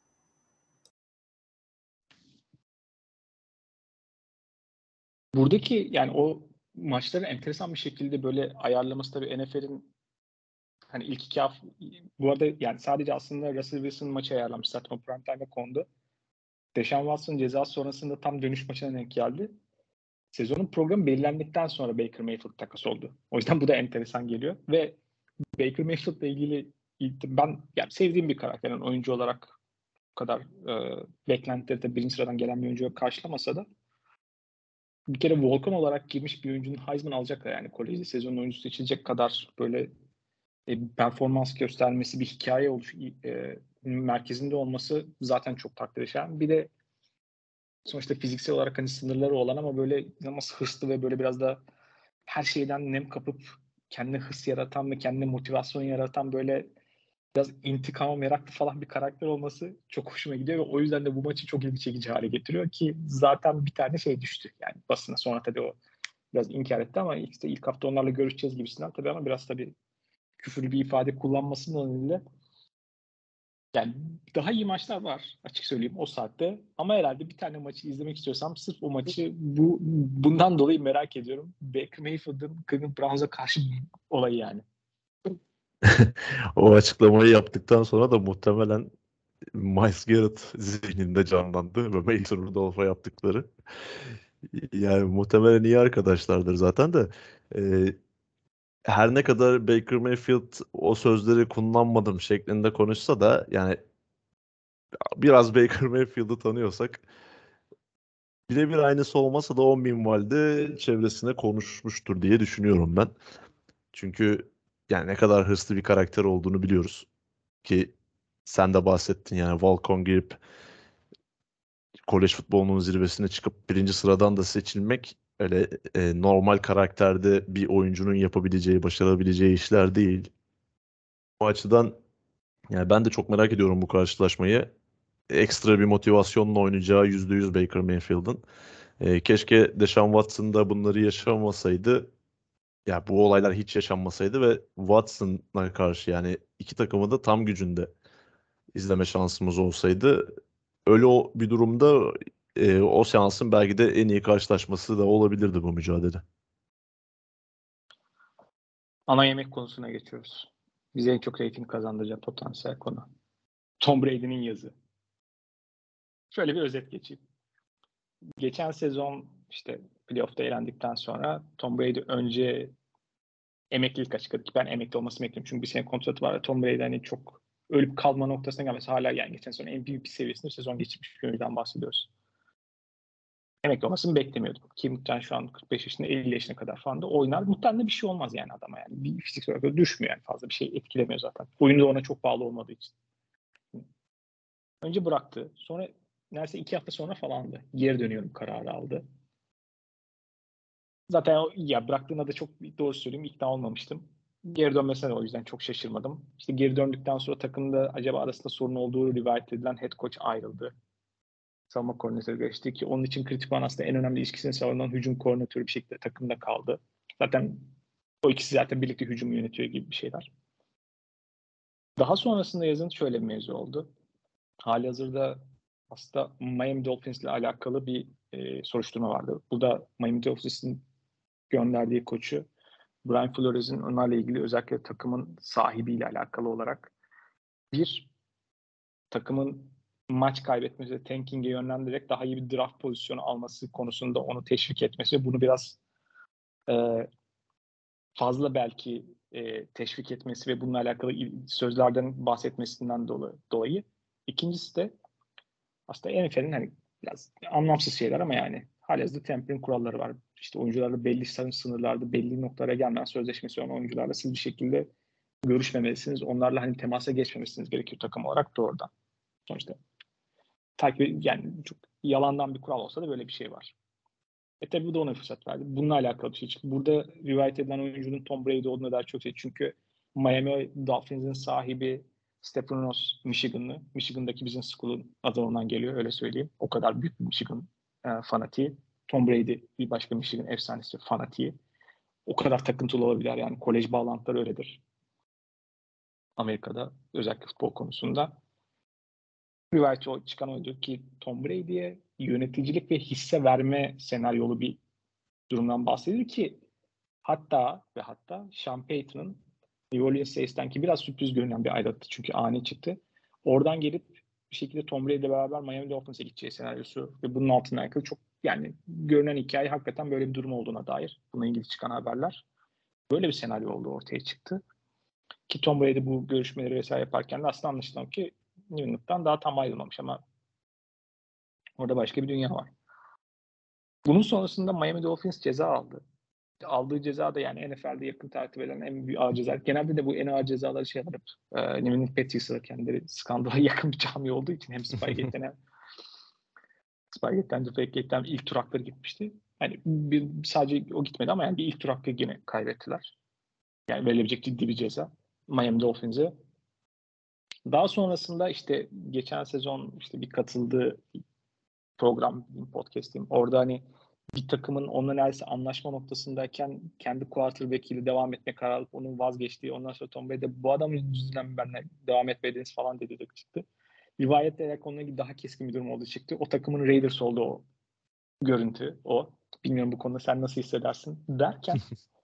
buradaki yani o maçları enteresan bir şekilde böyle ayarlaması tabii NFL'in hani ilk iki hafta bu arada yani sadece aslında Russell Wilson maçı ayarlamış zaten o prime time'e kondu. Deshaun Watson ceza sonrasında tam dönüş maçına denk geldi. Sezonun programı belirlendikten sonra Baker Mayfield takas oldu. O yüzden bu da enteresan geliyor ve Baker Mayfield'la ilgili ben yani sevdiğim bir karakter. Yani oyuncu olarak bu kadar beklentileri birinci sıradan gelen bir oyuncuyu karşılamasa da bir kere volkan olarak girmiş bir oyuncunun Heisman alacaklar yani kolejde sezon oyuncusu seçilecek kadar böyle performans göstermesi bir hikaye merkezinde olması zaten çok takdir şayan. Bir de sonuçta fiziksel olarak hani sınırları olan ama böyle inanılmaz hırslı ve böyle biraz da her şeyden nem kapıp kendine hırs yaratan ve kendine motivasyon yaratan böyle biraz intikama meraklı falan bir karakter olması çok hoşuma gidiyor ve o yüzden de bu maçı çok ilgi çekici hale getiriyor ki zaten bir tane şey düştü yani basına sonra tabii o biraz inkar etti ama işte ilk hafta onlarla görüşeceğiz gibisinden tabii ama biraz tabii küfürlü bir ifade kullanmasının nedeniyle yani daha iyi maçlar var açık söyleyeyim o saatte ama herhalde bir tane maçı izlemek istiyorsam sırf o maçı bundan dolayı merak ediyorum. Baker Mayfield'ın Cleveland Browns'a karşı olayı yani. O açıklamayı yaptıktan sonra da muhtemelen Miles Garrett zihninde canlandı ve Mason Rudolph'a yaptıkları. Yani muhtemelen iyi arkadaşlardır zaten de. e, Her ne kadar Baker Mayfield o sözleri kullanmadım şeklinde konuşsa da yani biraz Baker Mayfield'ı tanıyorsak birebir aynısı olmasa da 10 minvalde çevresine konuşmuştur diye düşünüyorum ben. Çünkü yani ne kadar hırslı bir karakter olduğunu biliyoruz ki sen de bahsettin yani Volkan girip kolej futbolunun zirvesine çıkıp birinci sıradan da seçilmek öyle normal karakterde bir oyuncunun yapabileceği, başarabileceği işler değil. O açıdan yani ben de çok merak ediyorum bu karşılaşmayı. Ekstra bir motivasyonla oynayacağı %100 Baker Mayfield'ın. Keşke Deshaun Watson da bunları yaşamasaydı. Ya bu olaylar hiç yaşanmasaydı ve Watson'a karşı yani iki takımı da tam gücünde izleme şansımız olsaydı öyle bir durumda o seansın belki de en iyi karşılaşması da olabilirdi bu mücadele. Ana yemek konusuna geçiyoruz. Bize en çok reyting kazandıracak potansiyel konu. Tom Brady'nin yazı. Şöyle bir özet geçeyim. Geçen sezon işte playoff'ta elendikten sonra Tom Brady önce emeklilik açıkladı ki ben emekli olmasını bekliyorum. Çünkü bir sene kontratı var. Tom Brady hani çok ölüp kalma noktasına gelmesi hala yani geçen sene MVP seviyesinde bir sezon geçirmiş bir oyuncudan bahsediyoruz. emekli olmasını beklemiyordum. Ki muhtemelen şu an 45 yaşında 50 yaşına kadar falan da oynar. Muhtemelen bir şey olmaz yani adama yani. Bir fiziksel olarak da düşmüyor yani, fazla bir şey etkilemiyor zaten. Oyun da ona çok bağlı olmadığı için. Önce bıraktı. Sonra neredeyse 2 hafta sonra falandı. Geri dönüyorum kararı aldı. Zaten ya bıraktığında da çok, doğru söyleyeyim, ikna olmamıştım. Geri dönmesine de o yüzden çok şaşırmadım. İşte geri döndükten sonra takımda acaba arasında sorun olduğu rivayet edilen head coach ayrıldı. Savunma koordinatörü geçti ki onun için kritik olan aslında en önemli ilişkisini savunan hücum koordinatörü bir şekilde takımda kaldı. Zaten o ikisi zaten birlikte hücumu yönetiyor gibi bir şeyler. Daha sonrasında yazın şöyle bir mevzu oldu. Halihazırda aslında Miami Dolphins ile alakalı bir soruşturma vardı. Bu da Miami Dolphins'in gönderdiği koçu Brian Flores'in onlarla ilgili özellikle takımın sahibiyle alakalı olarak bir takımın maç kaybetmesi ve tanking'e yönlendirerek daha iyi bir draft pozisyonu alması konusunda onu teşvik etmesi ve bunu biraz fazla belki teşvik etmesi ve bununla alakalı sözlerden bahsetmesinden dolayı. İkincisi de aslında NFL'in hani biraz anlamsız şeyler ama yani halihazırda tampering kuralları var. İşte oyuncularla belli sınırlarda, belli noktalara gelmeyen sözleşmesi olan oyuncularla siz bir şekilde görüşmemelisiniz. Onlarla hani temasa geçmemesiniz gerekiyor takım olarak doğrudan. Sonuçta yani çok yalandan bir kural olsa da böyle bir şey var. Tabii bu da ona fırsat verdi. Bununla alakalı bir şey çıktı. Burada rivayet edilen oyuncunun Tom Brady olduğuna dair çok şey. Çünkü Miami Dolphins'in sahibi Stephen Ross Michiganlı. Michigan'daki bizim school'un adı ondan geliyor, öyle söyleyeyim. O kadar büyük bir Michigan fanatiği. Tom Brady bir başka Michigan efsanesi fanatiği. O kadar takıntılı olabilir yani. Kolej bağlantıları öyledir. Amerika'da özellikle futbol konusunda. Rivayet çıkan oydu ki Tom Brady'ye yöneticilik ve hisse verme senaryolu bir durumdan bahsediyor ki hatta Sean Payton'ın New Orleans Saints'ten ki biraz sürpriz görünen bir ayrıntı çünkü ani çıktı. Oradan gelip bir şekilde Tom Brady ile beraber Miami Dolphins'e gideceği senaryosu ve bunun altına alakalı çok yani görünen hikaye hakikaten böyle bir durum olduğuna dair. Bununla ilgili çıkan haberler. Böyle bir senaryo olduğu ortaya çıktı. Ki Tom Brady bu görüşmeleri vesaire yaparken de aslında anlaşılan ki New England'dan daha tam ayrılmamış ama orada başka bir dünya var. Bunun sonrasında Miami Dolphins ceza aldı. Aldığı ceza da yani NFL'de yakın takip edilen en büyük ağır ceza. Genelde de bu en ağır cezaları şey yapıp New England Patriots'la kendileri skandala yakın bir cami olduğu için hem Spygate'den Deflategate'den ilk tur hakları gitmişti. Yani sadece o gitmedi ama yani bir ilk tur hakkı yine kaybettiler. Yani verilebilecek ciddi bir ceza Miami Dolphins'e. Daha sonrasında işte geçen sezon işte bir katıldığı program, podcast diyeyim. Orada hani bir takımın onunla neredeyse anlaşma noktasındayken kendi quarterback'iyle devam etme kararı alıp onun vazgeçtiği, ondan sonra Tom Brady bu adamın yüzünden benimle devam etmediniz falan dedi de çıktı. Rivayetle onunla ilgili daha keskin bir durum olduğu çıktı. O takımın Raiders oldu o görüntü o. Bilmiyorum bu konuda sen nasıl hissedersin derken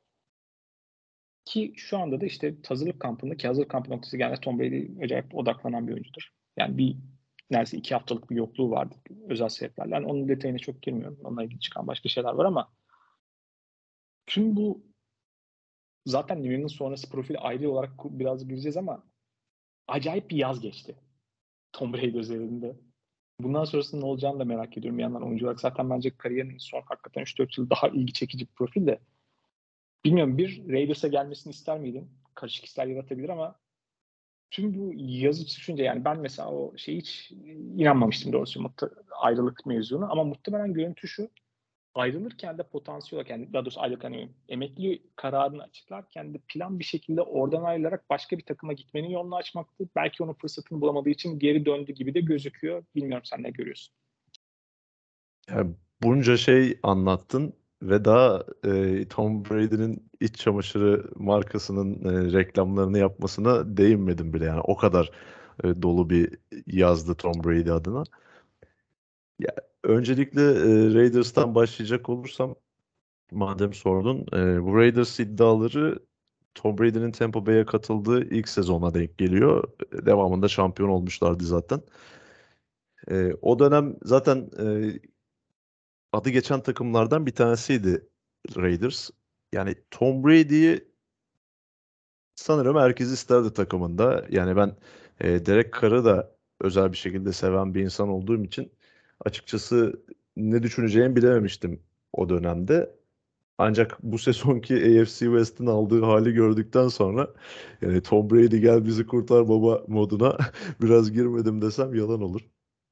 ki şu anda da işte hazırlık kampında ki hazırlık kampı noktası genelde Tom Brady acayip odaklanan bir oyuncudur. Yani bir neredeyse 2 haftalık bir yokluğu vardı özel sebeplerle. Yani onun detayına çok girmiyorum. Onunla ilgili çıkan başka şeyler var ama tüm bu zaten New England sonrası profil ayrı olarak biraz gireceğiz ama acayip bir yaz geçti Tom Brady üzerinde. Bundan sonrasında ne olacağını da merak ediyorum. Bir yandan oyuncu olarak zaten bence kariyerinin son hakikaten 3-4 yıl daha ilgi çekici bir profil de. Bilmiyorum, bir Raiders'a gelmesini ister miydin? Karışık hisler yaratabilir ama tüm bu yazı düşünce yani ben mesela o hiç inanmamıştım doğrusu ayrılık mevzuna ama muhtemelen görüntü şu: ayrılırken de potansiyel olarak yani daha doğrusu ayrılırken yani emekli kararını açıklarken de plan bir şekilde oradan ayrılarak başka bir takıma gitmenin yolunu açmaktı. Belki onun fırsatını bulamadığı için geri döndü gibi de gözüküyor. Bilmiyorum, sen ne görüyorsun? Yani bunca şey anlattın ve daha Tom Brady'nin iç çamaşırı markasının reklamlarını yapmasına değinmedim bile. Yani o kadar dolu bir yazdı Tom Brady adına. Ya, öncelikle Raiders'tan başlayacak olursam, madem sordun, bu Raiders iddiaları Tom Brady'nin Tampa Bay'e katıldığı ilk sezona denk geliyor. Devamında şampiyon olmuşlardı zaten. O dönem zaten adı geçen takımlardan bir tanesiydi Raiders. Yani Tom Brady'yi sanırım herkes isterdi takımında. Yani ben Derek Carr'ı da özel bir şekilde seven bir insan olduğum için açıkçası ne düşüneceğimi bilememiştim o dönemde. Ancak bu sezonki AFC West'in aldığı hali gördükten sonra yani Tom Brady gel bizi kurtar baba moduna biraz girmedim desem yalan olur.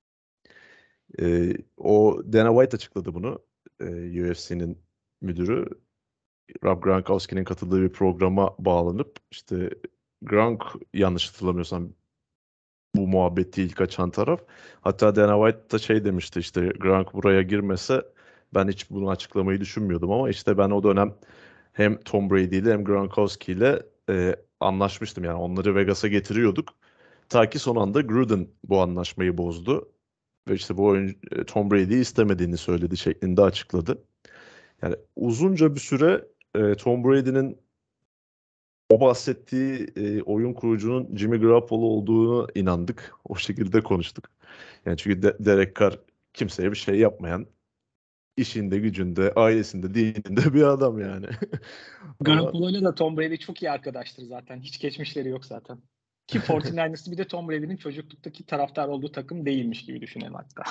O Dana White açıkladı bunu. UFC'nin müdürü. Rob Gronkowski'nin katıldığı bir programa bağlanıp işte Gronk yanlış hatırlamıyorsam bu muhabbeti ilk açan taraf. Hatta Dana White da şey demişti işte Gronk buraya girmese ben hiç bunu açıklamayı düşünmüyordum ama işte ben o dönem hem Tom Brady ile hem Gronkowski ile anlaşmıştım yani onları Vegas'a getiriyorduk. Ta ki son anda Gruden bu anlaşmayı bozdu ve işte bu oyuncu Tom Brady'yi istemediğini söyledi şeklinde açıkladı. Yani uzunca bir süre Tom Brady'nin o bahsettiği oyun kurucunun Jimmy Garoppolo olduğunu inandık. O şekilde konuştuk. Yani çünkü Derek Carr kimseye bir şey yapmayan, işinde, gücünde, ailesinde, dininde bir adam yani. Ama Garoppolo'yla da Tom Brady çok iyi arkadaştır zaten. Hiç geçmişleri yok zaten. Ki 49ers'ı bir de Tom Brady'nin çocukluktaki taraftar olduğu takım değilmiş gibi düşünelim hatta.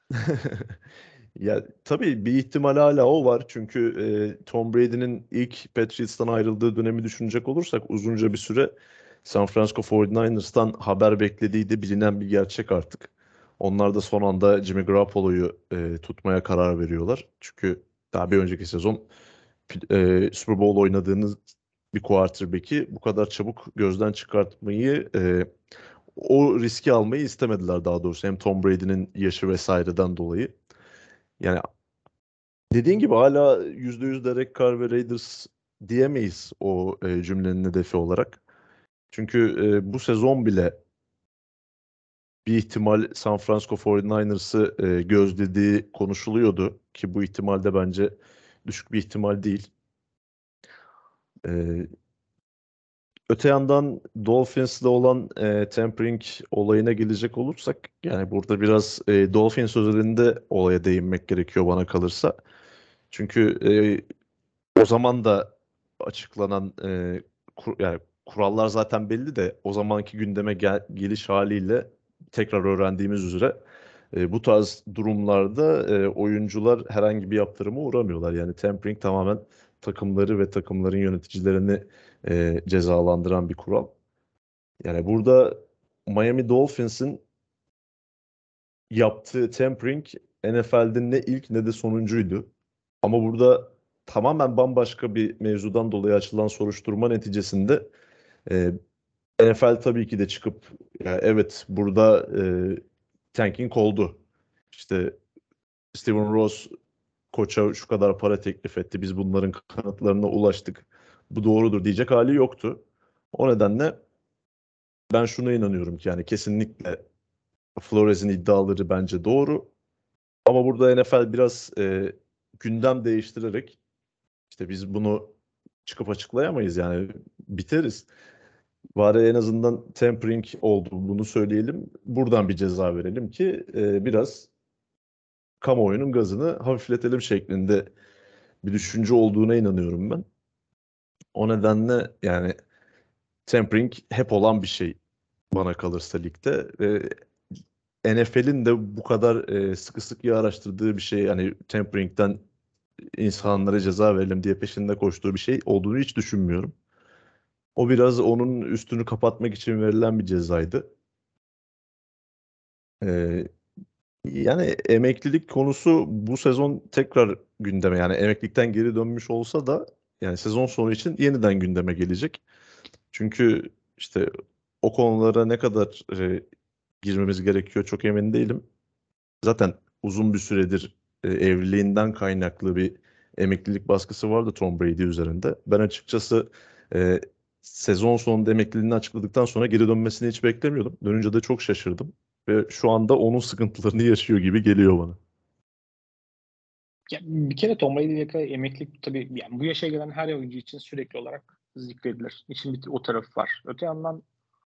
ya tabii bir ihtimal hala o var. Çünkü Tom Brady'nin ilk Patriots'tan ayrıldığı dönemi düşünecek olursak uzunca bir süre San Francisco 49ers'tan haber beklediği de bilinen bir gerçek artık. Onlar da son anda Jimmy Garoppolo'yu tutmaya karar veriyorlar. Çünkü daha bir önceki sezon Super Bowl oynadığınız bir quarterback'i bu kadar çabuk gözden çıkartmayı o riski almayı istemediler daha doğrusu. Hem Tom Brady'nin yaşı vesaireden dolayı. Yani dediğin gibi hala %100 Derek Carr ve Raiders diyemeyiz o cümlenin hedefi olarak. Çünkü bu sezon bile bir ihtimal San Francisco 49ers'ı gözlediği konuşuluyordu. Ki bu ihtimalde bence düşük bir ihtimal değil. E, Öte yandan Dolphins'le olan tampering olayına gelecek olursak yani burada biraz Dolphins özelinde olaya değinmek gerekiyor bana kalırsa. Çünkü o zaman da açıklanan yani kurallar zaten belli de o zamanki gündeme geliş haliyle tekrar öğrendiğimiz üzere bu tarz durumlarda oyuncular herhangi bir yaptırıma uğramıyorlar. Yani tampering tamamen takımları ve takımların yöneticilerini cezalandıran bir kural. Yani burada Miami Dolphins'in yaptığı tampering NFL'de ne ilk ne de sonuncuydu. Ama burada tamamen bambaşka bir mevzudan dolayı açılan soruşturma neticesinde e, NFL tabii ki de çıkıp ya evet burada tanking oldu. İşte Steven Ross koça şu kadar para teklif etti. Biz bunların kanıtlarına ulaştık. Bu doğrudur diyecek hali yoktu. O nedenle ben şuna inanıyorum ki yani kesinlikle Flores'in iddiaları bence doğru. Ama burada NFL biraz gündem değiştirerek işte biz bunu çıkıp açıklayamayız yani biteriz. Bari en azından tampering oldu bunu söyleyelim. Buradan bir ceza verelim ki biraz kamuoyunun gazını hafifletelim şeklinde bir düşünce olduğuna inanıyorum ben. O nedenle yani tampering hep olan bir şey bana kalırsa ligde. NFL'in de bu kadar sıkı sıkıya araştırdığı bir şey yani tampering'den insanlara ceza verelim diye peşinde koştuğu bir şey olduğunu hiç düşünmüyorum. O biraz onun üstünü kapatmak için verilen bir cezaydı. Ee, Yani emeklilik konusu bu sezon tekrar gündeme yani emeklilikten geri dönmüş olsa da yani sezon sonu için yeniden gündeme gelecek. Çünkü işte o konulara ne kadar girmemiz gerekiyor çok emin değilim. Zaten uzun bir süredir evliliğinden kaynaklı bir emeklilik baskısı vardı Tom Brady üzerinde. Ben açıkçası e, sezon sonunda emekliliğini açıkladıktan sonra geri dönmesini hiç beklemiyordum. Dönünce de çok şaşırdım. Ve şu anda onun sıkıntılarını yaşıyor gibi geliyor bana. Ya bir kere Tom Brady'ye kadar emeklilik tabii yani bu yaşa gelen her oyuncu için sürekli olarak zikredilir. İşin bir o tarafı var. Öte yandan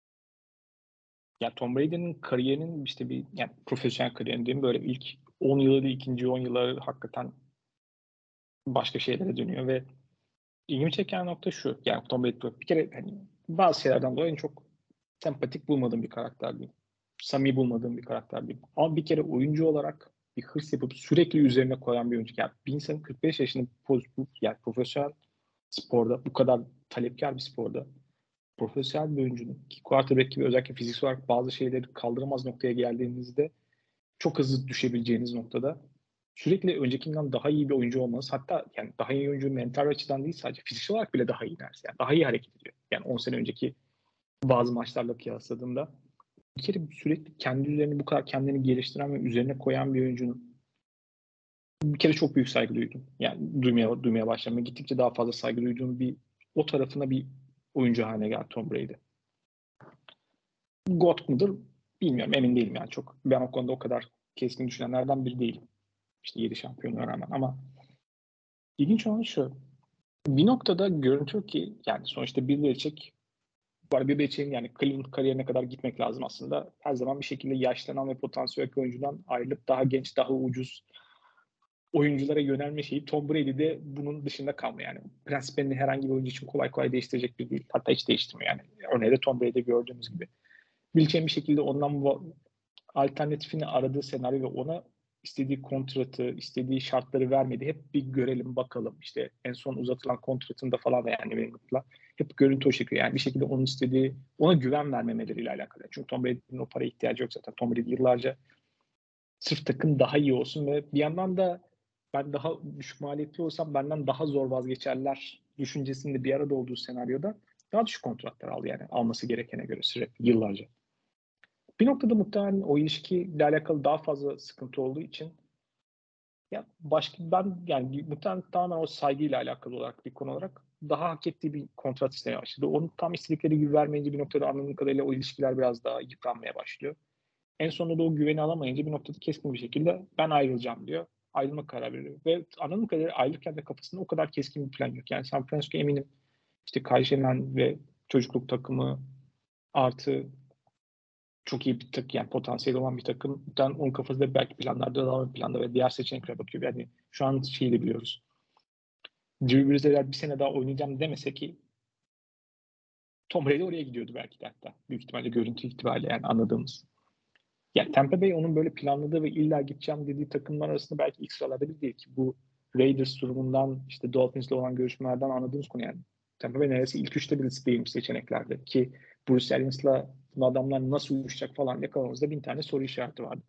ya Tom Brady'nin kariyerinin işte bir yani profesyonel kariyerin diyeyim böyle ilk 10 yılı değil, ikinci 10 yılları hakikaten başka şeylere dönüyor ve ilgimi çeken nokta şu. Yani Tom Brady bir kere hani bazı şeylerden dolayı en çok sempatik bulmadığım bir karakter diyeyim. Samimi bulmadığım bir karakter diyeyim. Ama bir kere oyuncu olarak bir hırs yapıp sürekli üzerine koyan bir oyuncu. Yani bir insanın 45 yaşında yani profesyonel sporda, bu kadar talepkar bir sporda profesyonel bir oyuncunun ki quarterback gibi özellikle fiziksel olarak bazı şeyleri kaldıramaz noktaya geldiğinizde çok hızlı düşebileceğiniz noktada sürekli öncekinden daha iyi bir oyuncu olmanız, hatta yani daha iyi oyuncu mental açıdan değil, sadece fiziksel olarak bile daha iyi neredeyse. Yani daha iyi hareket ediyor. Yani 10 sene önceki bazı maçlarla kıyasladığımda bir kere sürekli kendi üzerine bu kadar kendini geliştiren ve üzerine koyan bir oyuncunun bir kere çok büyük saygı duydum. Yani duymaya başladım. Gittikçe daha fazla saygı duyduğum o tarafına bir oyuncu haline geldi Tom Brady. GOAT mıdır? Bilmiyorum. Emin değilim yani çok. Ben o konuda o kadar keskin düşünenlerden biri değilim. İşte 7 şampiyonluğa rağmen ama ilginç olan şu. Bir noktada görüntü ki yani sonuçta Bill Belichick Bill Belichick'in yani Cleveland kariyerine kadar gitmek lazım aslında. Her zaman bir şekilde yaşlanan ve potansiyel oyuncudan ayrılıp daha genç, daha ucuz oyunculara yönelme şeyi. Tom Brady de bunun dışında kalmıyor. Yani prensiplerini herhangi bir oyuncu için kolay kolay değiştirecek bir değil. Hatta hiç değiştirmiyor yani. Örneğin de Tom Brady'de gördüğümüz gibi. Belichick'in bir şekilde ondan bu alternatifini aradığı senaryo ve ona istediği kontratı, istediği şartları vermedi. Hep bir görelim bakalım. İşte en son uzatılan kontratında falan da yani Wingut'la hep görüntü o şekilde. Yani bir şekilde onun istediği, ona güven vermemeleriyle alakalı. Çünkü Tom Brady'nin o paraya ihtiyacı yok zaten. Tom Brady yıllarca sırf takım daha iyi olsun ve bir yandan da ben daha düşük maliyetli olsam benden daha zor vazgeçerler düşüncesinde bir arada olduğu senaryoda daha düşük kontratlar aldı yani alması gerekene göre sürekli yıllarca. Bir noktada muhtemelen o ilişkiyle alakalı daha fazla sıkıntı olduğu için ya ben yani muhtemelen tamamen o saygıyla alakalı olarak bir konu olarak daha hak ettiği bir kontrat istemeye başladı. Onu tam istedikleri gibi vermeyince bir noktada anladığım kadarıyla o ilişkiler biraz daha yıpranmaya başlıyor. En sonunda da o güveni alamayınca bir noktada keskin bir şekilde ben ayrılacağım diyor. Ayrılma kararı veriyor. Ve anladığım kadarıyla ayrılırken de kafasında o kadar keskin bir plan yok. Yani San Francisco eminim işte Kyle Shanahan ve çocukluk takımı artı çok iyi bir takım yani potansiyeli olan bir takım. Onun kafasında belki planlarda daha ön planda ve diğer seçeneklere bakıyor. Yani şu an şeyi de biliyoruz. Drew Brees eğer bir sene daha oynayacağım demese ki Tom Brady oraya gidiyordu belki de hatta. Büyük ihtimalle görüntü itibariyle yani anladığımız. Yani Tampa Bay onun böyle planladığı ve illa gideceğim dediği takımlar arasında belki ilk sıralarda bir değil ki. Bu Raiders durumundan işte Dolphins'le olan görüşmelerden anladığımız konu yani. Tampa Bay neredeyse ilk üçte bile değilmiş seçeneklerde ki Bruce Arians'la bu adamlar nasıl uyuşacak falan diye kafamızda 1000 tane soru işareti vardı.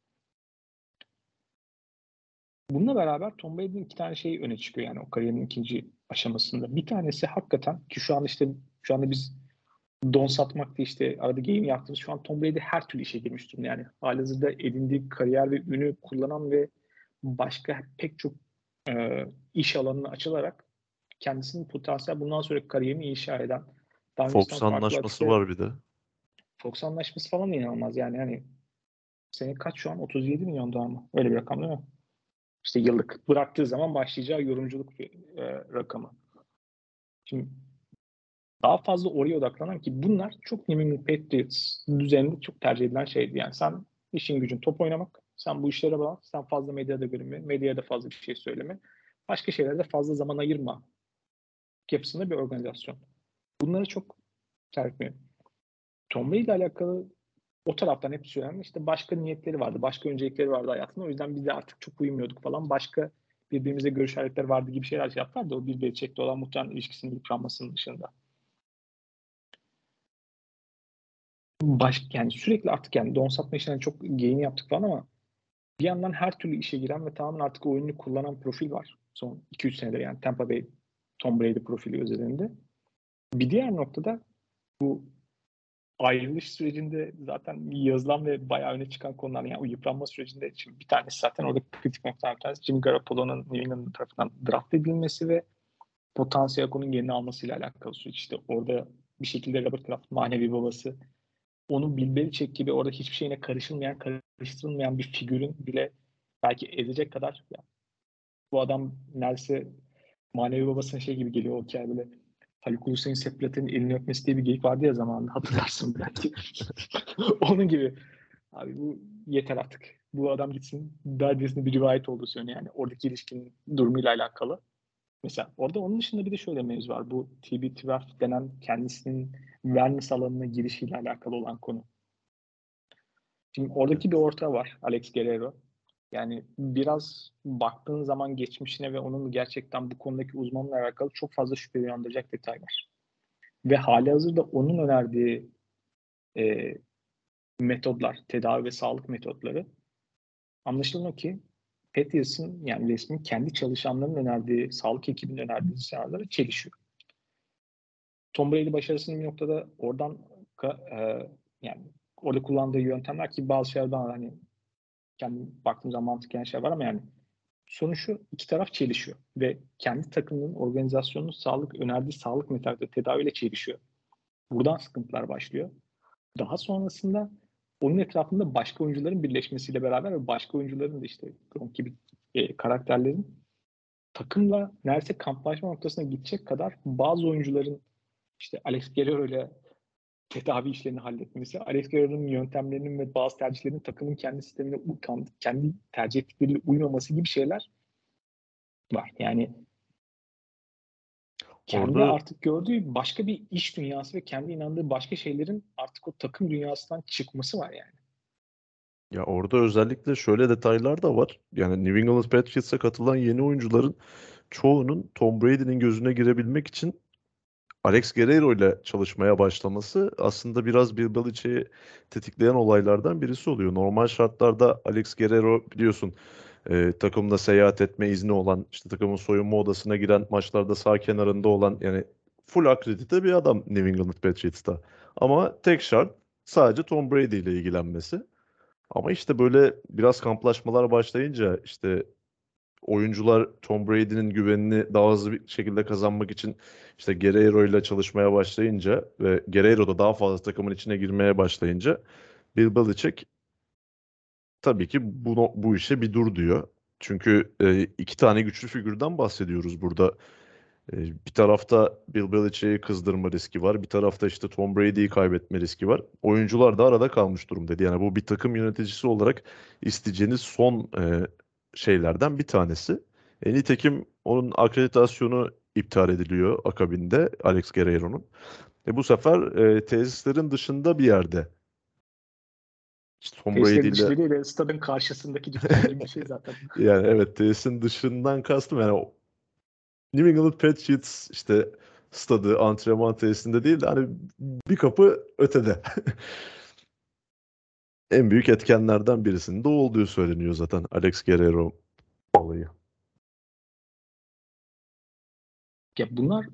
Bununla beraber Tom Brady'nin 2 tane şey öne çıkıyor yani o kariyerinin ikinci aşamasında. Bir tanesi hakikaten ki şu anda biz don satmak diye işte arada game yaptığımız şu an Tom Brady her türlü işe girmiş durumda. Yani halihazırda edindiği kariyer ve ünü kullanan ve başka pek çok iş alanına açılarak kendisinin potansiyel bundan sonra kariyerini inşa eden daha öncesinden Fox farklı anlaşması vakitte var bir de. Fox anlaşması falan da inanılmaz yani hani sene kaç şu an 37 milyon dolar mı? Öyle bir rakam değil mi? İşte yıllık bıraktığı zaman başlayacağı yorumculuk rakamı. Şimdi daha fazla oraya odaklanan ki bunlar çok New England Patriots düzeninde çok tercih edilen şeydi. Yani sen işin gücün top oynamak, sen bu işlere bak, sen fazla medyada görünme, medyaya da fazla bir şey söyleme, başka şeylerde fazla zaman ayırma yapısında bir organizasyon. Bunları çok tercih etmiyor. Tom Brady ile alakalı o taraftan hep söylenme işte başka niyetleri vardı, başka öncelikleri vardı hayatında. O yüzden biz de artık çok uyumuyorduk falan. Başka birbirimize görüş aletleri vardı gibi şeyler yaptılar da o bir Belichick'le olan muhtemelen ilişkisinin yıpranmasının dışında. Yani sürekli artık yani don satma işlerine çok geyini yaptık falan ama bir yandan her türlü işe giren ve tamamen artık oyunu kullanan profil var. Son 2-3 senedir yani Tampa Bay Tom Brady profili özelinde. Bir diğer noktada bu ayrılış sürecinde zaten yazılan ve bayağı öne çıkan konular yani o yıpranma sürecinde şimdi bir tanesi zaten orada kritik noktalar bir tanesi Jimmy Garoppolo'nun New England tarafından draft edilmesi ve potansiyel onun yerini almasıyla alakalı süreç. İşte orada bir şekilde Robert Kraft manevi babası onun Bill Belichick gibi orada hiçbir şeyine karıştırılmayan bir figürün bile belki ezecek kadar ya, bu adam neredeyse manevi babasının şey gibi geliyor o hikaye böyle Haluk Ulusoy'un Sepp Blatter'ın elini öpmesi diye bir geyik vardı ya zamanında hatırlarsın belki. Onun gibi abi bu yeter artık. Bu adam gitsin derdesinde bir rivayet olduğu söyleniyor yani oradaki ilişkinin durumuyla alakalı. Mesela orada onun dışında bir de şöyle mevzu var. Bu TB12 denen kendisinin wellness alanına girişiyle alakalı olan konu. Şimdi oradaki bir ortağı var. Alex Guerrero. Yani biraz baktığın zaman geçmişine ve onun gerçekten bu konudaki uzmanla alakalı çok fazla şüphe uyandıracak detaylar. Ve halihazırda onun önerdiği metodlar, tedavi ve sağlık metotları anlaşılan ki Patriots'ın yani resmi kendi çalışanlarının önerdiği, sağlık ekibinin önerdiği senaryolara çelişiyor. Tom Brady başarısının bir noktada oradan yani orada kullandığı yöntemler ki bazı şeylerden hani kendim baktığım zaman mantıken şey var ama yani sonuç şu, iki taraf çelişiyor ve kendi takımının organizasyonunun önerdiği sağlık metodları tedaviyle çelişiyor. Buradan sıkıntılar başlıyor. Daha sonrasında onun etrafında başka oyuncuların birleşmesiyle beraber ve başka oyuncuların da işte Gronk gibi karakterlerin takımla neredeyse kamplaşma noktasına gidecek kadar bazı oyuncuların işte Alex Guerrero ile tedavi işlerini halletmesi, Alex Guerrero'nun yöntemlerinin ve bazı tercihlerinin takımın kendi sistemine kendi tercih ettikleriyle uymaması gibi şeyler var. Yani kendi Orada artık gördüğü başka bir iş dünyası ve kendi inandığı başka şeylerin artık o takım dünyasından çıkması var yani. ya orada özellikle şöyle detaylar da var. Yani New England Patriots'a katılan yeni oyuncuların çoğunun Tom Brady'nin gözüne girebilmek için Alex Guerrero ile çalışmaya başlaması aslında biraz Bill Belichick'i tetikleyen olaylardan birisi oluyor. Normal şartlarda Alex Guerrero biliyorsun takımda seyahat etme izni olan, işte takımın soyunma odasına giren, maçlarda sağ kenarında olan, yani full akredite bir adam New England Patriots'ta. Ama tek şart sadece Tom Brady ile ilgilenmesi. Ama işte böyle biraz kamplaşmalar başlayınca, işte oyuncular Tom Brady'nin güvenini daha hızlı bir şekilde kazanmak için işte Guerrero ile çalışmaya başlayınca ve Guerrero da daha fazla takımın içine girmeye başlayınca Bill Belichick tabii ki bu işe bir dur diyor. Çünkü iki tane güçlü figürden bahsediyoruz burada. Bir tarafta Bill Belichick'i kızdırma riski var. Bir tarafta işte Tom Brady'yi kaybetme riski var. Oyuncular da arada kalmış durum dedi. Yani bu bir takım yöneticisi olarak isteyeceğiniz son şeylerden bir tanesi. Nitekim onun akreditasyonu iptal ediliyor akabinde Alex Guerrero'nun. Bu sefer tesislerin dışında bir yerde işte Tom Brady Tesislerin ile, dışında değil de stadın karşısındaki dükkan gibi bir şey zaten. yani evet, tesisin dışından kastım yani New England Patriots işte stadı, antrenman tesisinde değil de hani bir kapı ötede. En büyük etkenlerden birisinin de o olduğu söyleniyor zaten Alex Guerrero olayı. Ya bunlar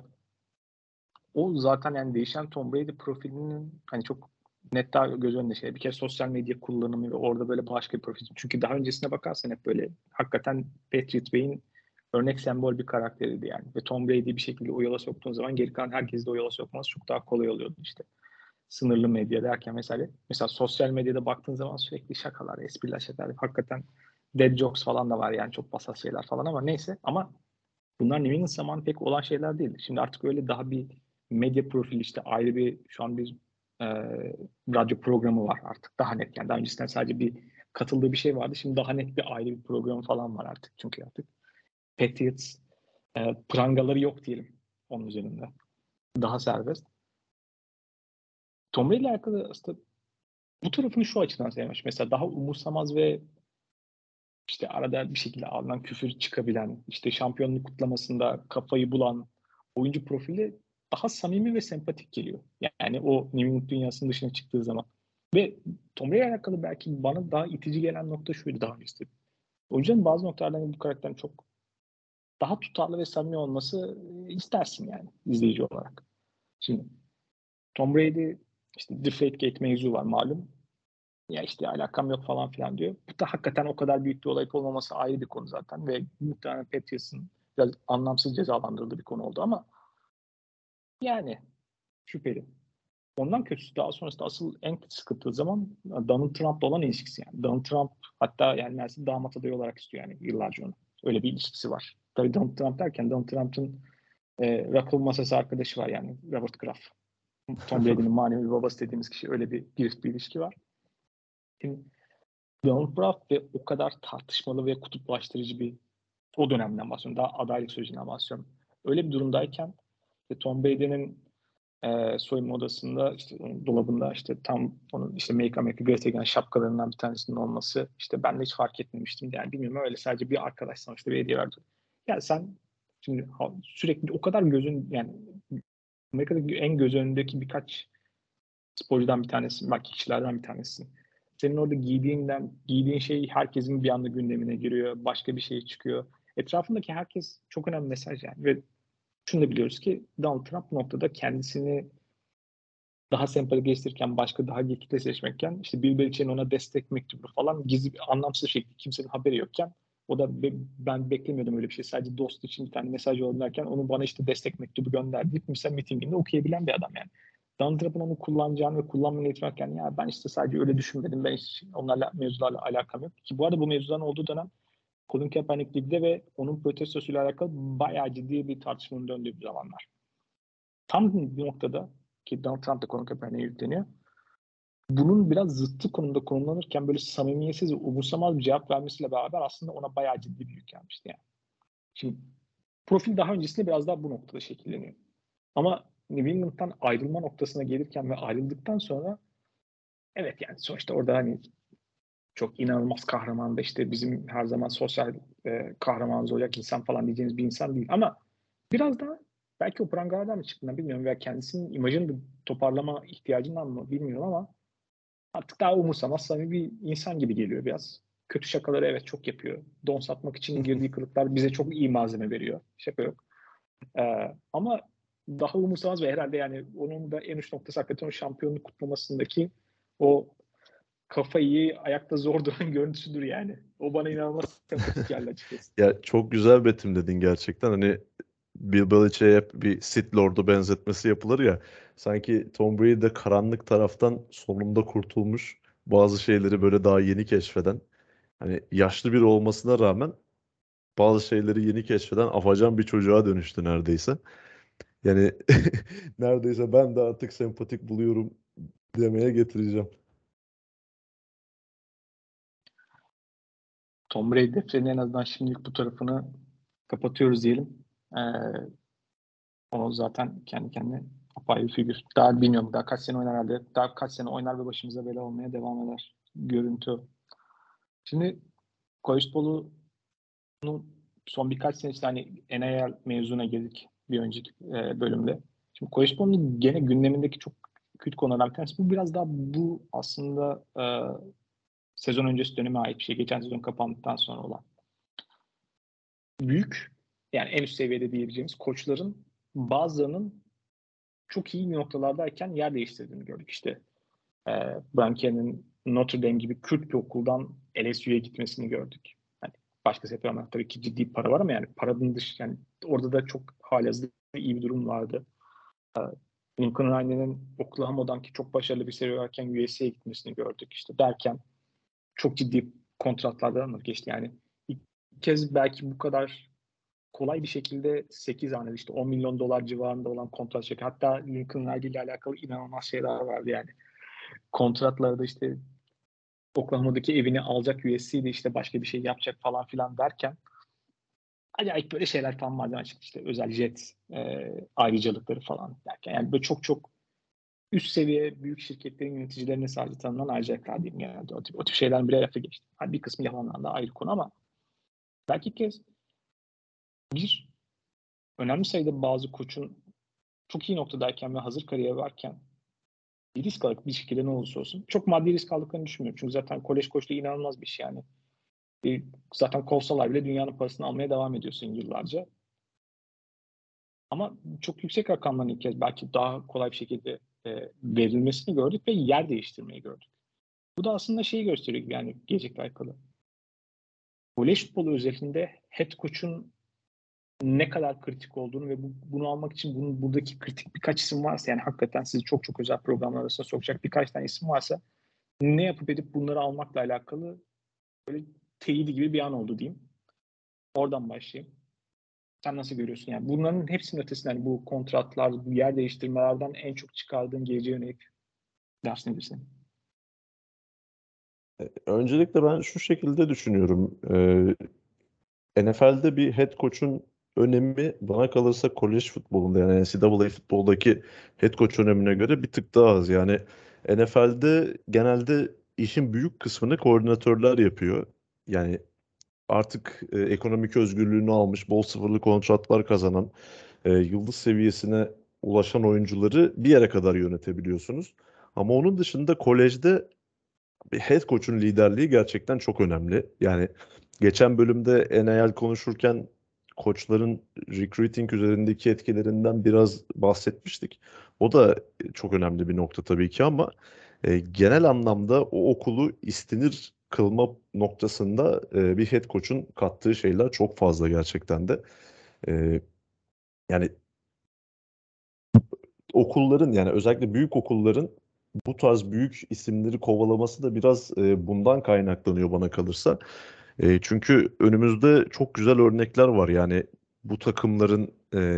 o zaten yani değişen Tom Brady profilinin hani çok net daha göz önünde şey. Bir kere sosyal medya kullanımı ve orada böyle başka bir profil. Çünkü daha öncesine bakarsan hep böyle hakikaten Patriot Bey'in örnek sembol bir karakteriydi yani. Ve Tom Brady'yi bir şekilde o yola soktuğun zaman geri kalan herkesi de o yola sokması çok daha kolay oluyordu işte. Sınırlı medya derken mesela sosyal medyada baktığın zaman sürekli şakalar, espriler, şakalar. Hakikaten dead jokes falan da var yani çok basat şeyler falan ama neyse. Ama bunlar New England zamanı pek olan şeyler değil. Şimdi artık öyle daha bir medya profili işte ayrı bir şu an bir e, radyo programı var artık daha net. Yani daha öncesinden sadece bir katıldığı bir şey vardı. Şimdi daha net bir ayrı bir programı falan var artık. Çünkü artık Patriots prangaları yok diyelim onun üzerinde. Daha serbest. Tom Brady ile alakalı aslında bu tarafını şu açıdan sevmiş. Mesela daha umursamaz ve işte arada bir şekilde ağzından küfür çıkabilen, işte şampiyonluk kutlamasında kafayı bulan oyuncu profili daha samimi ve sempatik geliyor. Yani o New England dünyasının dışına çıktığı zaman. Ve Tom Brady'yle alakalı belki bana daha itici gelen nokta şuydu daha öncesi. Oyuncunun bazı noktalardan bu karakterin çok daha tutarlı ve samimi olması istersin yani izleyici olarak. Şimdi Tom Brady işte Deflategate mevzu var malum. Ya işte alakam yok falan filan diyor. Bu da hakikaten o kadar büyük bir olay olmaması ayrı bir konu zaten ve muhtemelen Patriots'ın biraz anlamsız cezalandırıldığı bir konu oldu ama yani şüpheli. Ondan kötüsü daha sonrasında asıl en sıkıntılı zaman Donald Trump'la olan ilişkisi yani. Donald Trump hatta yani Mersin damat adayı olarak istiyor yani yıllarca onu. Öyle bir ilişkisi var. Tabii Donald Trump derken Donald Trump'ın rakı masası arkadaşı var yani Robert Kraft. Tom Brady'nin manevi babası dediğimiz kişi öyle bir ilişki var. Şimdi Donald Trump ve o kadar tartışmalı ve kutuplaştırıcı bir o dönemden bahsediyorum. Daha adaylık sürecinden bahsediyorum. Öyle bir durumdayken Tom Brady'nin soyunma odasında işte onun dolabında işte tam onun işte Make America Great Again şapkalarından bir tanesinin olması işte ben de hiç fark etmemiştim. Yani bilmiyorum öyle sadece bir arkadaş sonuçta bir hediye verdi. Ya sen şimdi sürekli o kadar gözün yani Amerika'daki en göz önündeki birkaç sporcudan bir tanesi, belki kişilerden bir tanesi. Senin orada giydiğin şey herkesin bir anda gündemine giriyor. Başka bir şey çıkıyor. Etrafındaki herkes çok önemli mesaj yani. Ve şunu da biliyoruz ki Donald Trump bu noktada kendisini daha sempatik gösterirken başka daha kitle seçmekken işte Bill Belichick'in ona destek mektubu falan gizli bir anlamsız şekilde kimsenin haberi yokken o da ben beklemiyordum öyle bir şey. Sadece dost için bir tane mesaj yollarken onu bana işte destek mektubu gönder deyip mesela mitinginde okuyabilen bir adam yani. Donald Trump'ın onu kullanacağını ve kullanmayı yetmezken ya ben işte sadece öyle düşünmedim. Ben hiç onlarla mevzularla alakam yok. Ki bu arada bu mevzuların olduğu dönem Colin Kaepernick ligde ve onun protestosuyla alakalı bayağı ciddi bir tartışmanın döndüğü bir zamanlar. Tam bir noktada ki Donald Trump da Colin Kaepernick'e yükleniyor. Bunun biraz zıttı konumda konumlanırken böyle samimiyetsiz ve umursamaz bir cevap vermesiyle beraber aslında ona bayağı ciddi bir yük gelmişti yani. Şimdi profil daha öncesinde biraz daha bu noktada şekilleniyor. Ama New England'dan ayrılma noktasına gelirken ve ayrıldıktan sonra evet yani sonuçta orada hani çok inanılmaz kahraman da işte bizim her zaman sosyal kahramanımız olacak insan falan diyeceğimiz bir insan değil. Ama biraz daha belki o prangalardan mı çıktığından bilmiyorum veya kendisinin imajını toparlama ihtiyacından mı bilmiyorum ama artık daha umursamaz samimi bir insan gibi geliyor biraz. Kötü şakaları evet çok yapıyor. Don satmak için girdiği kılıklar bize çok iyi malzeme veriyor. Şaka yok. Ama daha umursamaz ve herhalde yani onun da en uç noktası hakikaten o şampiyonluk kutlamasındaki o kafayı ayakta zor duran görüntüsüdür yani. O bana inanılmaz sempatik geldi açıkçası. Ya çok güzel betimledin gerçekten. Hani Bill Belichick'e hep bir Sith Lord'u benzetmesi yapılır ya. Sanki Tom Brady de karanlık taraftan sonunda kurtulmuş. Bazı şeyleri böyle daha yeni keşfeden. Hani yaşlı biri olmasına rağmen bazı şeyleri yeni keşfeden afacan bir çocuğa dönüştü neredeyse. Yani neredeyse ben de artık sempatik buluyorum demeye getireceğim. Tom Brady defterinin en azından şimdilik bu tarafını kapatıyoruz diyelim. Ee, O zaten kendi kendine apayrı bir figür. Daha bilmiyorum. Daha kaç sene oynar herhalde. Daha kaç sene oynar ve başımıza bela olmaya devam eder. Görüntü. Şimdi college ball'un son birkaç sene işte hani NIL mevzuna girdik bir önceki bölümde. Şimdi college ball'un gene gündemindeki çok kötü konulardan bir tanesi. Bu biraz daha bu aslında sezon öncesi döneme ait bir şey. Geçen sezon kapandıktan sonra olan. Büyük yani en üst seviyede diyebileceğimiz koçların bazılarının çok iyi noktalardayken yer değiştirdiğini gördük. İşte Brian Kelly'nin Notre Dame gibi Kürt bir okuldan LSU'ya gitmesini gördük. Hani başkası yapıyor ama tabii ki ciddi para var ama yani paranın dışı yani orada da çok halihazırda iyi bir durum vardı. E, Lincoln Riley'nin Oklahoma'dan ki çok başarılı bir seri varken USC'ye gitmesini gördük. İşte derken çok ciddi kontratlardan geçti. Yani ilk kez belki bu kadar kolay bir şekilde 8 tane işte 10 milyon dolar civarında olan kontrat çekti. Hatta Lincoln Riley ile alakalı inanılmaz şeyler vardı yani. Kontratlarda işte Oklahoma'daki evini alacak USC'de işte başka bir şey yapacak falan filan derken acayip böyle şeyler falan vardı açık işte özel jet ayrıcalıkları falan derken yani böyle çok çok üst seviye büyük şirketlerin yöneticilerine sadece tanınan ayrıcalıklar diyeyim genelde. O tip şeylerin bile lafı geçti. Hani bir kısmı yalandan da ayrı konu ama belki ilk kez bir önemli sayıda bazı koçun çok iyi noktadayken ve hazır kariyer varken bir risk alıp bir şekilde ne olursa olsun çok maddi risk aldıklarını düşünmüyorum. Çünkü zaten kolej koçluğu inanılmaz bir şey yani. Zaten kovsalar bile dünyanın parasını almaya devam ediyorsun yıllarca. Ama çok yüksek rakamların ilk kez belki daha kolay bir şekilde verilmesini gördük ve yer değiştirmeyi gördük. Bu da aslında şeyi gösteriyor gibi yani gelecekle alakalı. Kolej futbolu özelinde head coach'un ne kadar kritik olduğunu ve bunu almak için buradaki kritik birkaç isim varsa yani hakikaten sizi çok çok özel programlar arasında sokacak birkaç tane isim varsa ne yapıp edip bunları almakla alakalı böyle teyidi gibi bir an oldu diyeyim. Oradan başlayayım. Sen nasıl görüyorsun? Yani bunların hepsinin ötesinden yani bu kontratlar, bu yer değiştirmelerden en çok çıkardığın geleceğe yönelik ders nedir senin? Öncelikle ben şu şekilde düşünüyorum. NFL'de bir head coach'un önemi bana kalırsa kolej futbolunda yani NCAA futboldaki head coach önemine göre bir tık daha az. Yani NFL'de genelde işin büyük kısmını koordinatörler yapıyor. Yani artık ekonomik özgürlüğünü almış, bol sıfırlı kontratlar kazanan, yıldız seviyesine ulaşan oyuncuları bir yere kadar yönetebiliyorsunuz. Ama onun dışında kolejde bir head coach'un liderliği gerçekten çok önemli. Yani geçen bölümde NIL konuşurken koçların recruiting üzerindeki etkilerinden biraz bahsetmiştik. O da çok önemli bir nokta tabii ki ama genel anlamda o okulu istenir kılma noktasında bir head coach'un kattığı şeyler çok fazla gerçekten de. E, Yani okulların yani özellikle büyük okulların bu tarz büyük isimleri kovalaması da biraz bundan kaynaklanıyor bana kalırsa. Çünkü önümüzde çok güzel örnekler var. Yani bu takımların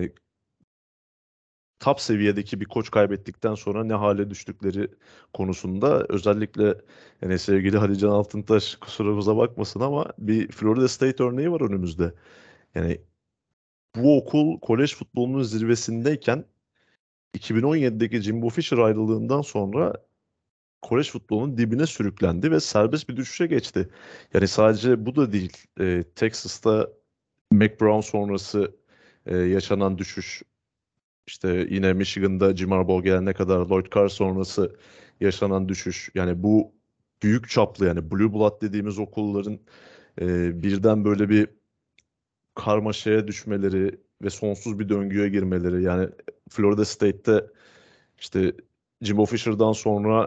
top seviyedeki bir koç kaybettikten sonra ne hale düştükleri konusunda özellikle yani sevgili Halican Altıntaş kusurumuza bakmasın ama bir Florida State örneği var önümüzde. Yani bu okul kolej futbolunun zirvesindeyken 2017'deki Jimbo Fisher ayrılığından sonra kolej futbolunun dibine sürüklendi ve serbest bir düşüşe geçti. Yani sadece bu da değil. Texas'ta Mac Brown sonrası yaşanan düşüş, işte yine Michigan'da Jim Harbaugh gelene kadar Lloyd Carr sonrası yaşanan düşüş. Yani bu büyük çaplı yani Blue Blood dediğimiz okulların birden böyle bir karmaşaya düşmeleri ve sonsuz bir döngüye girmeleri. Yani Florida State'te işte Jimbo Fisher'dan sonra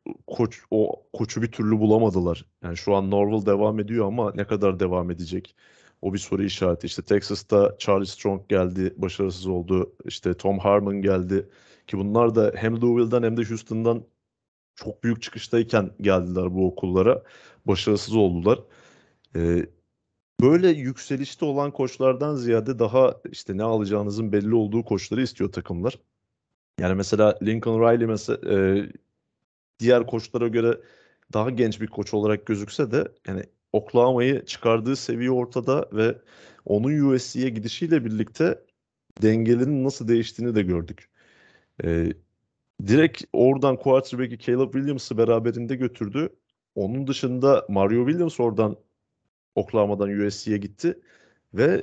o koçu bir türlü bulamadılar. Yani şu an Norvell devam ediyor ama ne kadar devam edecek? O bir soru işareti. İşte Texas'ta Charlie Strong geldi, başarısız oldu. İşte Tom Harmon geldi ki bunlar da hem Louisville'dan hem de Houston'dan çok büyük çıkıştayken geldiler bu okullara. Başarısız oldular. Ee, Böyle yükselişte olan koçlardan ziyade daha işte ne alacağınızın belli olduğu koçları istiyor takımlar. Yani mesela Lincoln Riley mesela diğer koçlara göre daha genç bir koç olarak gözükse de yani Oklahoma'yı çıkardığı seviye ortada ve onun USC'ye gidişiyle birlikte dengelerin nasıl değiştiğini de gördük. Ee, Direkt oradan quarterback'i Caleb Williams'ı beraberinde götürdü. Onun dışında Mario Williams oradan Oklahoma'dan USC'ye gitti ve